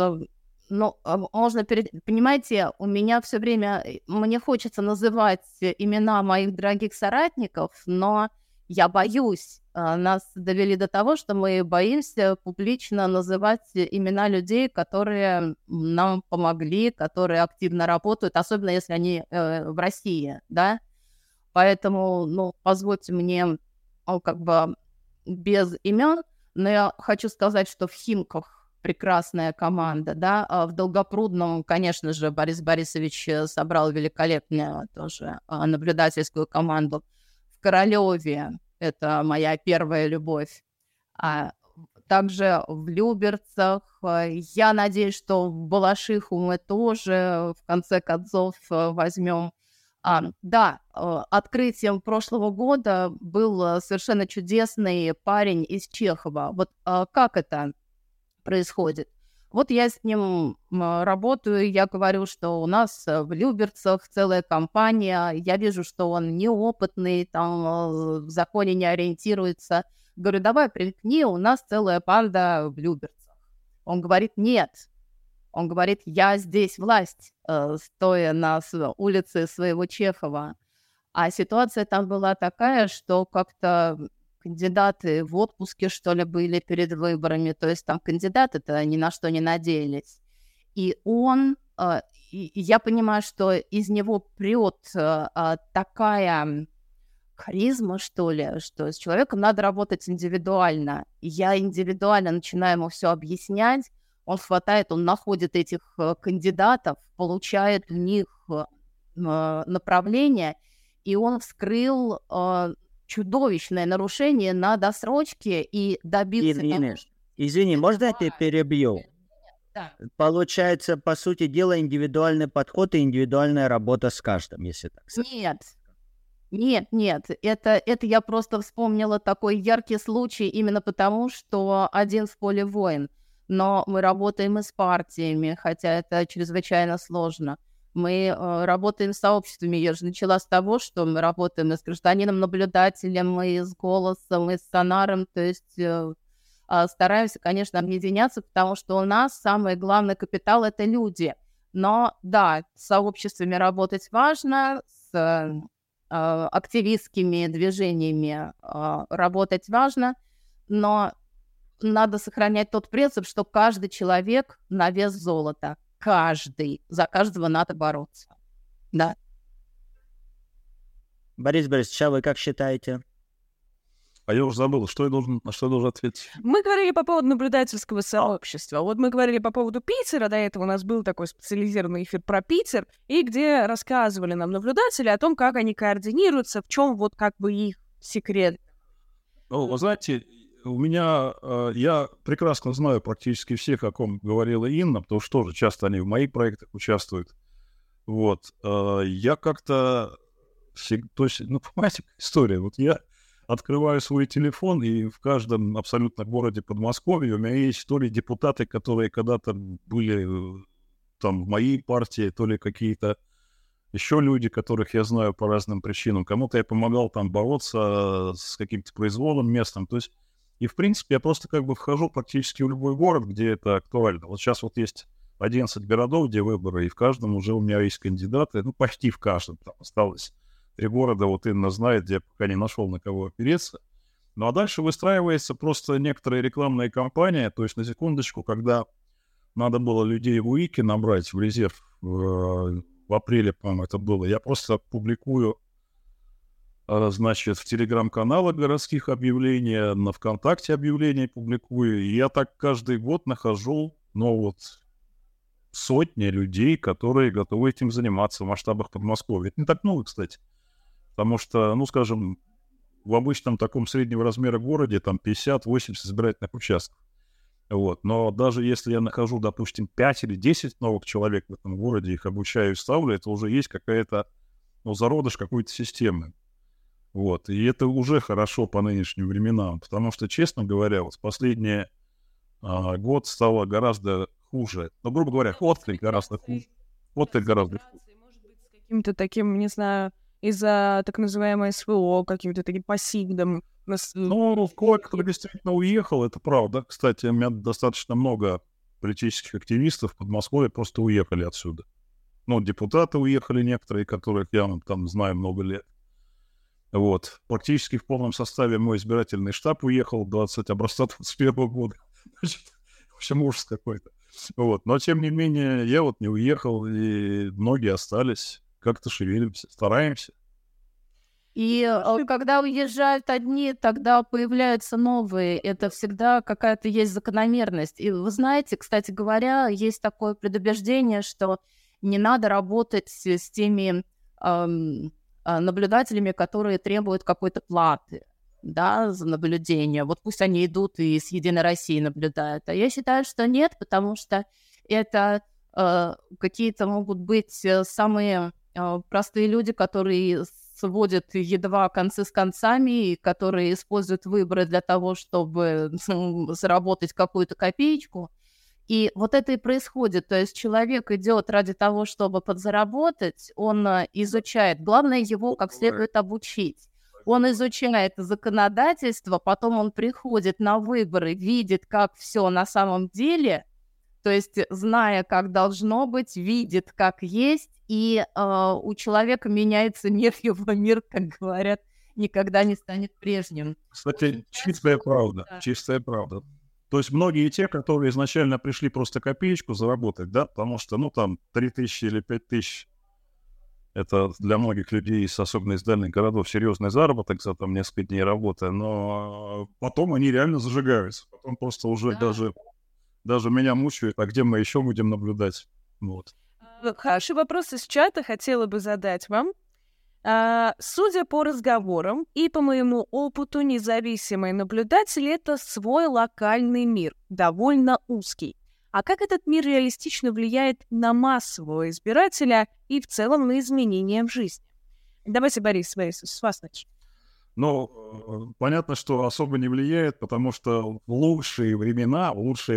понимаете, у меня все время, мне хочется называть имена моих дорогих соратников, но я боюсь. Нас довели до того, что мы боимся публично называть имена людей, которые нам помогли, которые активно работают, особенно если они в России, да. Поэтому, позвольте мне без имен, но я хочу сказать, что в Химках прекрасная команда, да, в Долгопрудном, конечно же, Борис Борисович собрал великолепную тоже наблюдательскую команду. В Королёве это моя первая любовь. Также в Люберцах. Я надеюсь, что в Балашиху мы тоже в конце концов возьмем. Открытием прошлого года был совершенно чудесный парень из Чехова. Вот как это происходит? Вот я с ним работаю, я говорю, что у нас в Люберцах целая компания, я вижу, что он неопытный, там в законе не ориентируется. Говорю, давай привыкни, у нас целая банда в Люберцах. Он говорит, нет. Он говорит, я здесь власть, стоя на улице своего Чехова. А ситуация там была такая, что как-то кандидаты в отпуске, что ли, были перед выборами. То есть там кандидаты-то ни на что не надеялись. И он, я понимаю, что из него прет такая харизма, что ли, что с человеком надо работать индивидуально. И я индивидуально начинаю ему все объяснять. Он хватает, он находит этих кандидатов, получает у них направление, и он вскрыл чудовищное нарушение на досрочке и добился... Извини, можно я тебя перебью? Да. Получается, по сути дела, индивидуальный подход и индивидуальная работа с каждым, если так сказать. Нет. Это я просто вспомнила такой яркий случай именно потому, что один в поле воин. Но мы работаем и с партиями, хотя это чрезвычайно сложно. Мы работаем с сообществами. Я же начала с того, что мы работаем и с гражданином-наблюдателем, и с «Голосом», и с «Сонаром». То есть стараемся, конечно, объединяться, потому что у нас самый главный капитал – это люди. Но да, с сообществами работать важно, с активистскими движениями работать важно, но надо сохранять тот принцип, что каждый человек на вес золота. Каждый. За каждого надо бороться. Да. Борис Борисович, а вы как считаете? А я уже забыл, на что я должен ответить. Мы говорили по поводу наблюдательского сообщества. Вот мы говорили по поводу Питера. До этого у нас был такой специализированный эфир про Питер, и где рассказывали нам наблюдатели о том, как они координируются, в чем вот как бы их секрет. Вы знаете, я прекрасно знаю практически всех, о ком говорила Инна, потому что тоже часто они в моих проектах участвуют. Вот. Я как-то... То есть, понимаете, история. Вот я открываю свой телефон, и в каждом абсолютно городе Подмосковья у меня есть то ли депутаты, которые когда-то были там в моей партии, то ли какие-то еще люди, которых я знаю по разным причинам. Кому-то я помогал там бороться с каким-то произволом местным. То есть И, в принципе, я просто как бы вхожу практически в любой город, где это актуально. Вот сейчас вот есть 11 городов, где выборы, и в каждом уже у меня есть кандидаты, ну, почти в каждом. Там осталось 3 города, вот Инна знает, где я пока не нашел, на кого опереться. Ну, а дальше выстраивается просто некоторая рекламная кампания, то есть, на секундочку, когда надо было людей в УИКе набрать в резерв, в апреле, по-моему, это было, я просто публикую, значит, в телеграм-каналах городских объявления, на ВКонтакте объявления публикую, и я так каждый год нахожу, ну, вот, сотни людей, которые готовы этим заниматься в масштабах Подмосковья. Это не так много, кстати, потому что, ну, скажем, в обычном таком среднего размера городе там 50-80 избирательных участков. Вот. Но даже если я нахожу, допустим, 5 или 10 новых человек в этом городе, их обучаю и ставлю, это уже есть какая-то, ну, зародыш какой-то системы. Вот. И это уже хорошо по нынешним временам, потому что, честно говоря, вот последний год стало гораздо хуже. Ну, грубо говоря, отклик гораздо хуже. Отклик гораздо хуже. Может быть, с каким-то таким, не знаю, из-за так называемой СВО, каким-то таким пассивным. Ну, кое-кто действительно уехал, это правда. Кстати, у меня достаточно много политических активистов в Подмосковье просто уехали отсюда. Ну, депутаты уехали некоторые, которых я там знаю много лет. Вот. Практически в полном составе мой избирательный штаб уехал 20 образца 21 года. Значит, в общем, ужас какой-то. Вот. Но, тем не менее, я вот не уехал, и многие остались. Как-то шевелимся, стараемся. И когда уезжают одни, тогда появляются новые. Это всегда какая-то есть закономерность. И вы знаете, кстати говоря, есть такое предубеждение, что не надо работать с теми наблюдателями, которые требуют какой-то платы, да, за наблюдение. Вот пусть они идут и с «Единой России» наблюдают. А я считаю, что нет, потому что это какие-то могут быть самые простые люди, которые сводят едва концы с концами, которые используют выборы для того, чтобы заработать какую-то копеечку. И вот это и происходит. То есть человек идет ради того, чтобы подзаработать, он изучает. Главное его как следует обучить. Он изучает законодательство, потом он приходит на выборы, видит, как все на самом деле, то есть зная, как должно быть, видит, как есть, и у человека меняется мир, его мир, как говорят, никогда не станет прежним. Кстати, чистая правда, чистая правда. То есть многие те, которые изначально пришли просто копеечку заработать, да, потому что, ну, там, 3000 или 5000, это для многих людей, особенно из дальних городов, серьезный заработок за там несколько дней работы, но потом они реально зажигаются. Потом просто уже даже меня мучают, а где мы еще будем наблюдать? Вот. Хороший вопрос из чата хотела бы задать вам. Судя по разговорам и по моему опыту, независимый наблюдатель — это свой локальный мир, довольно узкий. А как этот мир реалистично влияет на массового избирателя и в целом на изменения в жизни? Давайте, Борис, с вас начнем. Ну, понятно, что особо не влияет, потому что в лучшие времена,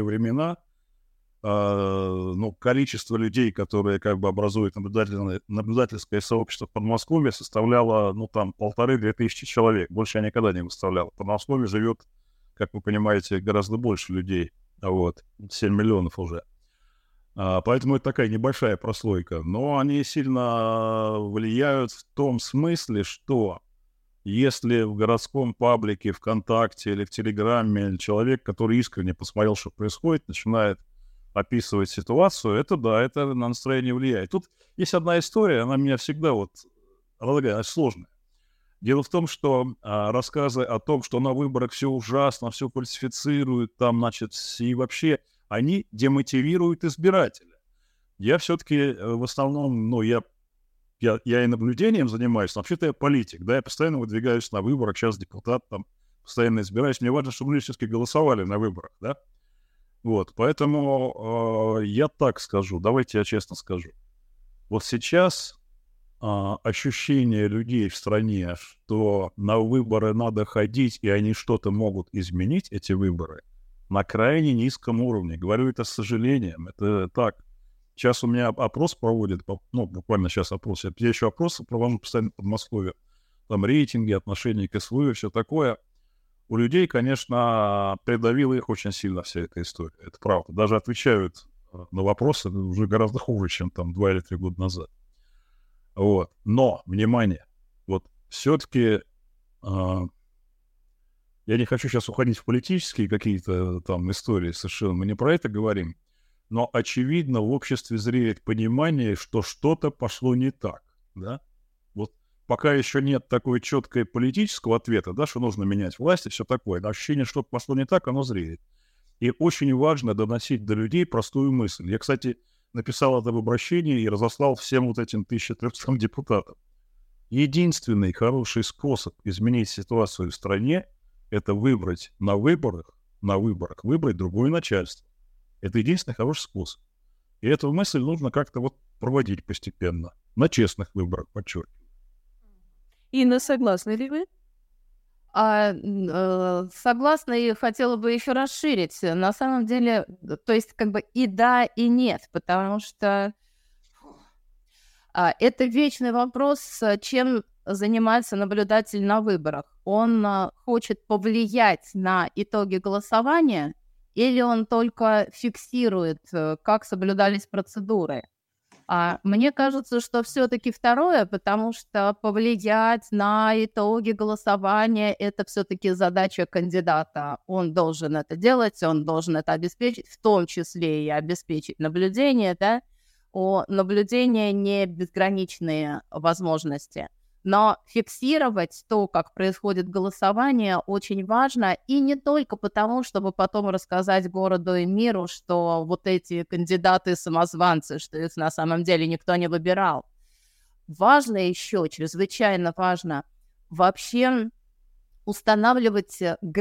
ну, количество людей, которые как бы образуют наблюдательское сообщество в Подмосковье, составляло, ну, там, 1500-2000 человек. Больше я никогда не выставлял. В Подмосковье живет, как вы понимаете, гораздо больше людей. Вот, 7 миллионов уже. Поэтому это такая небольшая прослойка. Но они сильно влияют в том смысле, что если в городском паблике, ВКонтакте или в Телеграме человек, который искренне посмотрел, что происходит, начинает описывать ситуацию, это да, это на настроение влияет. Тут есть одна история, она меня всегда вот, она такая сложная. Дело в том, что рассказы о том, что на выборах все ужасно, все фальсифицируют, там, значит, и вообще, они демотивируют избирателя. Я все-таки в основном, ну, я и наблюдением занимаюсь, но вообще-то я политик, да, я постоянно выдвигаюсь на выборах, сейчас депутат, там, постоянно избираюсь, мне важно, чтобы люди все-таки голосовали на выборах, да. Вот, поэтому я так скажу, давайте я честно скажу. Вот сейчас ощущение людей в стране, что на выборы надо ходить, и они что-то могут изменить, эти выборы, на крайне низком уровне. Говорю это с сожалением, это так. Сейчас у меня опрос проводят, ну, буквально сейчас опрос, я еще опросы провожу постоянно в Подмосковье, там рейтинги, отношения к СВО, все такое. у людей, конечно, придавила их очень сильно вся эта история. Это правда. Даже отвечают на вопросы уже гораздо хуже, чем там 2 или 3 года назад. Вот. Но, внимание, вот все-таки я не хочу сейчас уходить в политические какие-то там истории совершенно, мы не про это говорим, но, очевидно, в обществе зреет понимание, что что-то пошло не так, да? Вот пока еще нет такой четкой политического ответа, да, что нужно менять власть и все такое, но ощущение, что пошло не так, оно зреет. И очень важно доносить до людей простую мысль. Я, кстати, написал это в обращении и разослал всем вот этим 1300 депутатам. Единственный хороший способ изменить ситуацию в стране — это выбрать на выборах выбрать другое начальство. Это единственный хороший способ. И эту мысль нужно как-то вот проводить постепенно. На честных выборах, подчеркиваю. Инна, согласны ли вы? Согласна, и хотела бы еще расширить. На самом деле, то есть как бы и да, и нет, потому что это вечный вопрос, чем занимается наблюдатель на выборах. Он хочет повлиять на итоги голосования или он только фиксирует, как соблюдались процедуры? Мне кажется, что все-таки второе, потому что повлиять на итоги голосования — это все-таки задача кандидата. Он должен это делать, он должен это обеспечить, в том числе и обеспечить наблюдение, да? У наблюдения не безграничные возможности. Но фиксировать то, как происходит голосование, очень важно. И не только потому, чтобы потом рассказать городу и миру, что вот эти кандидаты-самозванцы, что их на самом деле никто не выбирал. Важно еще, чрезвычайно важно, вообще устанавливать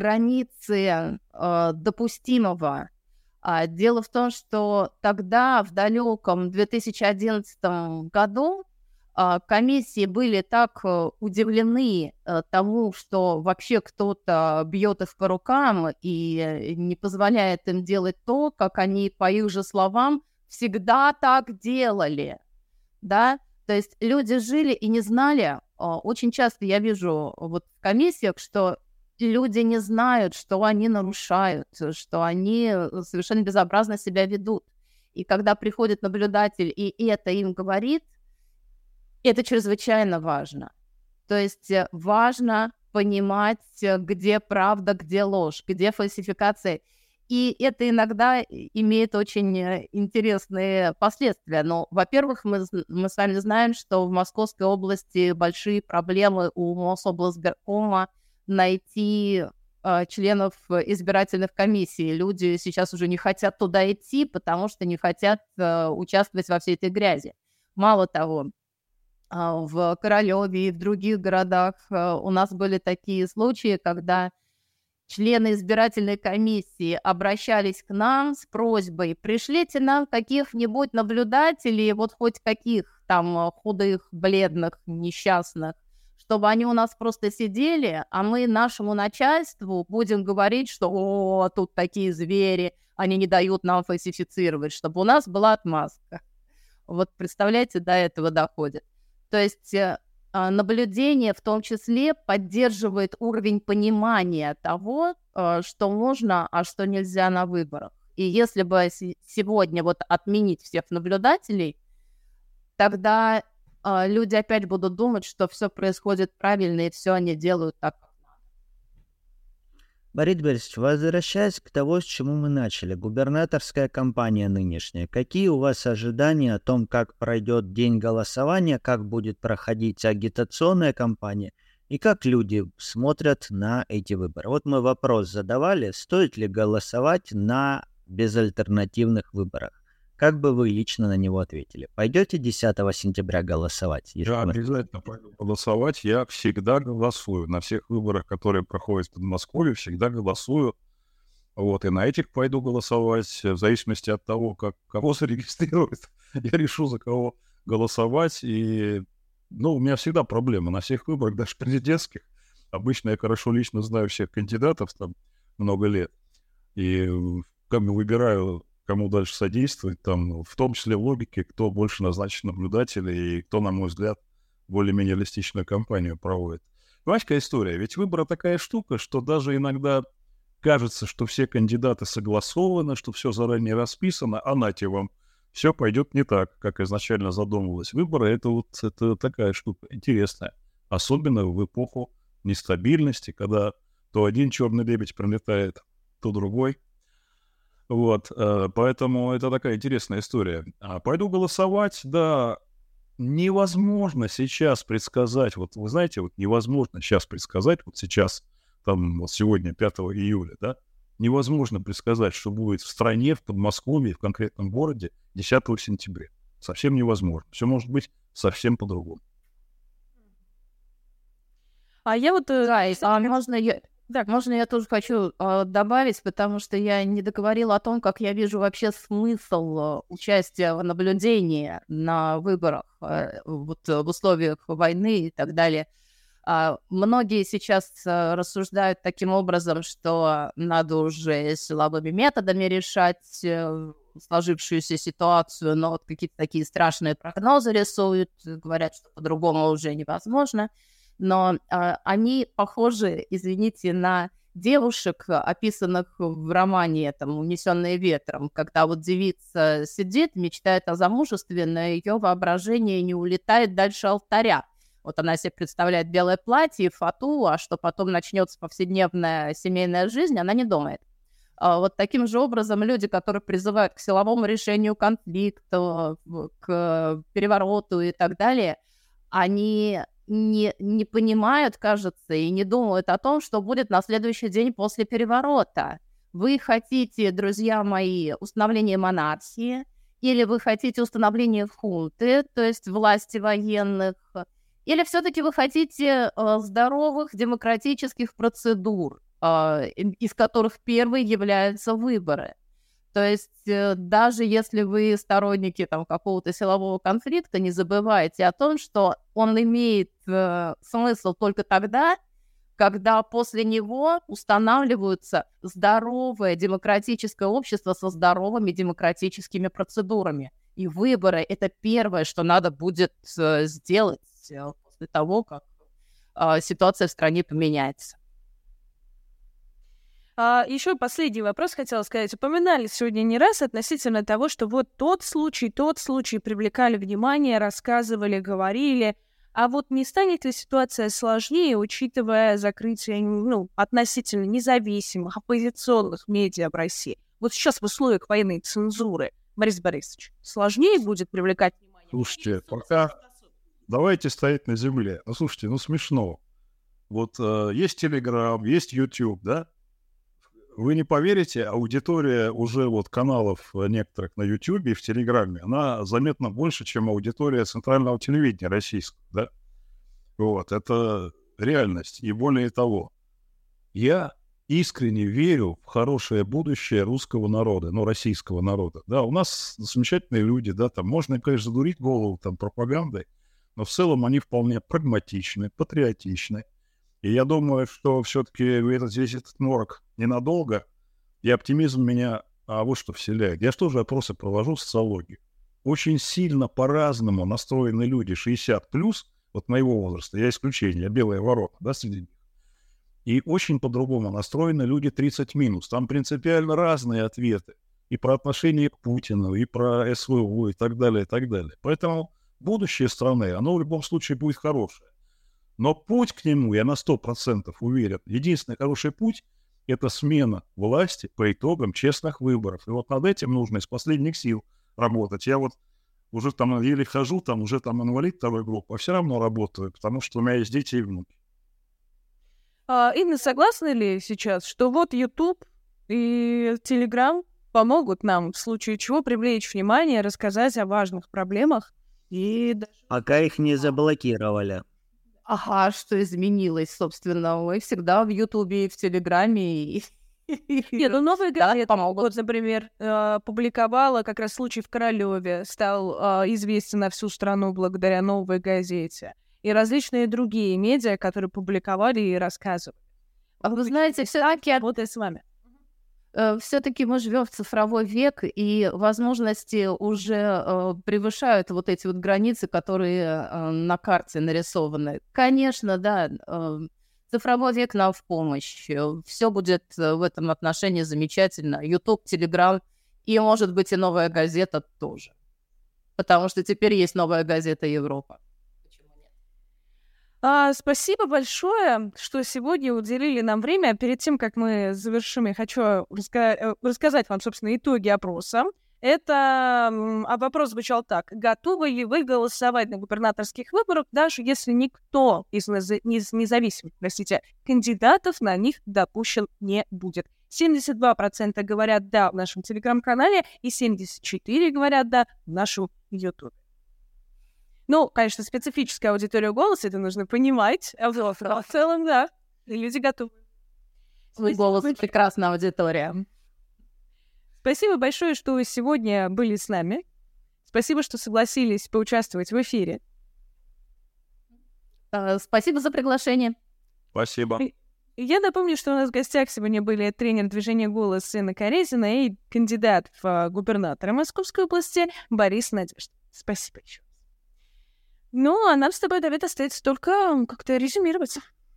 границы допустимого. Дело в том, что тогда, в далеком 2011 году, комиссии были так удивлены тому, что вообще кто-то бьет их по рукам и не позволяет им делать то, как они, по их же словам, всегда так делали, да? То есть люди жили и не знали. Очень часто я вижу вот в комиссиях, что люди не знают, что они нарушают, что они совершенно безобразно себя ведут. И когда приходит наблюдатель и это им говорит, это чрезвычайно важно. То есть важно понимать, где правда, где ложь, где фальсификация. И это иногда имеет очень интересные последствия. Но, во-первых, мы с вами знаем, что в Московской области большие проблемы у Мособлсбиркома найти членов избирательных комиссий. Люди сейчас уже не хотят туда идти, потому что не хотят участвовать во всей этой грязи. Мало того, в Королёве и в других городах у нас были такие случаи, когда члены избирательной комиссии обращались к нам с просьбой: пришлите нам каких-нибудь наблюдателей, вот хоть каких там худых, бледных, несчастных, чтобы они у нас просто сидели, а мы нашему начальству будем говорить, что тут такие звери, они не дают нам фальсифицировать, чтобы у нас была отмазка. Вот представляете, до этого доходит. То есть наблюдение в том числе поддерживает уровень понимания того, что можно, а что нельзя на выборах. И если бы сегодня вот отменить всех наблюдателей, тогда люди опять будут думать, что все происходит правильно и все они делают так. Борис Борисович, возвращаясь к тому, с чему мы начали, губернаторская кампания нынешняя, какие у вас ожидания о том, как пройдет день голосования, как будет проходить агитационная кампания и как люди смотрят на эти выборы? Вот мы вопрос задавали, стоит ли голосовать на безальтернативных выборах? Как бы вы лично на него ответили? Пойдете 10 сентября голосовать? Я обязательно пойду голосовать. Я всегда голосую. На всех выборах, которые проходят в Подмосковье, всегда голосую. Вот, и на этих пойду голосовать. В зависимости от того, кого зарегистрируют, я решу, за кого голосовать. И, у меня всегда проблема. На всех выборах, даже президентских, обычно я хорошо лично знаю всех кандидатов там много лет. И как бы выбираю, кому дальше содействовать, там, в том числе в логике, кто больше назначен наблюдателем и кто, на мой взгляд, более-менее реалистичную кампанию проводит. Понимаете, какая история? Ведь выборы такая штука, что даже иногда кажется, что все кандидаты согласованы, что все заранее расписано, а нате вам, все пойдет не так, как изначально задумывалось. Выборы это такая штука интересная, особенно в эпоху нестабильности, когда то один черный лебедь пролетает, то другой. Вот, поэтому это такая интересная история. Пойду голосовать, да, невозможно сейчас предсказать, вот вы знаете, вот невозможно сейчас предсказать, вот сейчас, там, вот сегодня, 5 июля, да, невозможно предсказать, что будет в стране, в Подмосковье, в конкретном городе 10 сентября. Совсем невозможно. Все может быть совсем по-другому. А я вот... Можно я тоже хочу добавить, потому что я не договорила о том, как я вижу вообще смысл участия в наблюдении на выборах вот, в условиях войны и так далее. Многие сейчас рассуждают таким образом, что надо уже силовыми методами решать сложившуюся ситуацию, но вот какие-то такие страшные прогнозы рисуют, говорят, что по-другому уже невозможно. Но они похожи, извините, на девушек, описанных в романе там, «Унесённые ветром», когда вот девица сидит, мечтает о замужестве, но ее воображение не улетает дальше алтаря. Вот она себе представляет белое платье, фату, а что потом начнется повседневная семейная жизнь, она не думает. Вот таким же образом люди, которые призывают к силовому решению конфликта, к перевороту и так далее, они не понимают, кажется, и не думают о том, что будет на следующий день после переворота. Вы хотите, друзья мои, установления монархии, или вы хотите установления хунты, то есть власти военных, или все-таки вы хотите здоровых демократических процедур, из которых первой являются выборы. То есть даже если вы сторонники там, какого-то силового конфликта, не забывайте о том, что он имеет смысл только тогда, когда после него устанавливаются здоровое демократическое общество со здоровыми демократическими процедурами. И выборы — это первое, что надо будет сделать после того, как ситуация в стране поменяется. Еще последний вопрос хотела сказать. Упоминали сегодня не раз относительно того, что вот тот случай, привлекали внимание, рассказывали, говорили. А вот не станет ли ситуация сложнее, учитывая закрытие относительно независимых, оппозиционных медиа в России? Вот сейчас в условиях войны и цензуры, Борис Борисович, сложнее будет привлекать внимание? Слушайте, пока давайте стоять на земле. Ну, слушайте, смешно. Вот есть Телеграм, есть YouTube, да? Вы не поверите, аудитория уже вот каналов некоторых на YouTube и в Телеграме, она заметно больше, чем аудитория центрального телевидения российского, да? Вот, это реальность. И более того, я искренне верю в хорошее будущее русского народа, российского народа. Да, у нас замечательные люди, да, там можно, конечно, задурить голову там пропагандой, но в целом они вполне прагматичны, патриотичны. И я думаю, что все-таки весь этот морок ненадолго, и оптимизм меня вот что вселяет. Я же тоже опросы провожу в социологии. Очень сильно по-разному настроены люди 60+, вот моего возраста, я исключение, я белая ворона, да, среди них. И очень по-другому настроены люди 30-. Там принципиально разные ответы. И про отношение к Путину, и про СВО, и так далее, и так далее. Поэтому будущее страны, оно в любом случае будет хорошее. Но путь к нему, я на 100% уверен, единственный хороший путь – это смена власти по итогам честных выборов. И вот над этим нужно из последних сил работать. Я вот уже там еле хожу, там уже там инвалид второй группы, а все равно работаю, потому что у меня есть дети и внуки. Инна, согласны ли сейчас, что вот YouTube и Telegram помогут нам в случае чего привлечь внимание, рассказать о важных проблемах и даже... Пока их не заблокировали. Ага, что изменилось, собственно. Мы всегда в Ютубе и в Телеграме. Нет, новая газета, вот, например, публиковала как раз случай в Королёве, стал известен на всю страну благодаря новой газете. И различные другие медиа, которые публиковали и рассказывали. Вы знаете, все-таки работая с вами. Все-таки мы живем в цифровой век, и возможности уже превышают вот эти вот границы, которые на карте нарисованы. Конечно, да, цифровой век нам в помощь. Все будет в этом отношении замечательно. YouTube, Telegram и, может быть, и новая газета тоже. Потому что теперь есть новая газета «Европа». Спасибо большое, что сегодня уделили нам время. Перед тем, как мы завершим, я хочу рассказать вам, собственно, итоги опроса. Вопрос звучал так. Готовы ли вы голосовать на губернаторских выборах, даже если никто из независимых, кандидатов на них допущен не будет? 72% говорят «да» в нашем телеграм-канале и 74% говорят «да» в нашем YouTube. Ну, конечно, специфическая аудитория голоса, это нужно понимать. А в целом, да, люди готовы. Свой голос — прекрасная аудитория. Спасибо большое, что вы сегодня были с нами. Спасибо, что согласились поучаствовать в эфире. Спасибо за приглашение. Спасибо. Я напомню, что у нас в гостях сегодня были тренер движения «Голос» Инна Корезина и кандидат в губернатора Московской области Борис Надежда. Спасибо еще. Ну, а нам с тобой, Давид, остается только как-то резюмировать.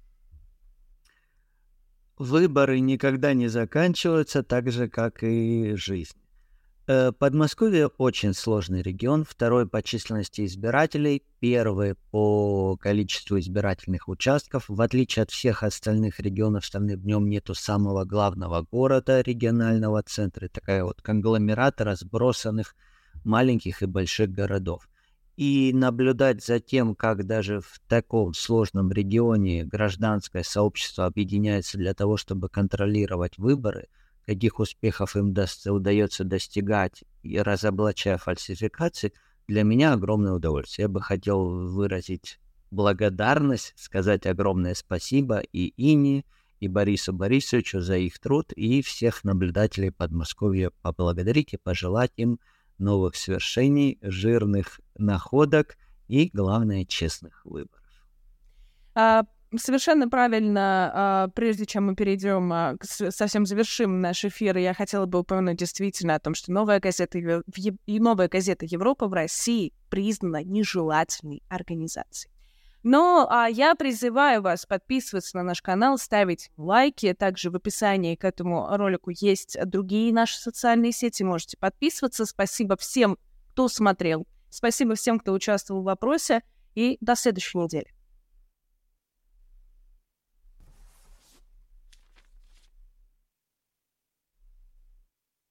Выборы никогда не заканчиваются так же, как и жизнь. Подмосковье очень сложный регион, второй по численности избирателей, первый по количеству избирательных участков. В отличие от всех остальных регионов страны, в нем нету самого главного города, регионального центра, такая вот конгломерат разбросанных маленьких и больших городов. И наблюдать за тем, как даже в таком сложном регионе гражданское сообщество объединяется для того, чтобы контролировать выборы, каких успехов им удается достигать, и разоблачая фальсификации, для меня огромное удовольствие. Я бы хотел выразить благодарность, сказать огромное спасибо и Ине, и Борису Борисовичу за их труд, и всех наблюдателей Подмосковья поблагодарить и пожелать им новых свершений, жирных находок и, главное, честных выборов. Совершенно правильно. Прежде чем мы перейдем, совсем завершим наш эфир, я хотела бы упомянуть действительно о том, что новая газета «Европа» в России признана нежелательной организацией. Но я призываю вас подписываться на наш канал, ставить лайки. Также в описании к этому ролику есть другие наши социальные сети. Можете подписываться. Спасибо всем, кто смотрел. Спасибо всем, кто участвовал в вопросе. И до следующей недели.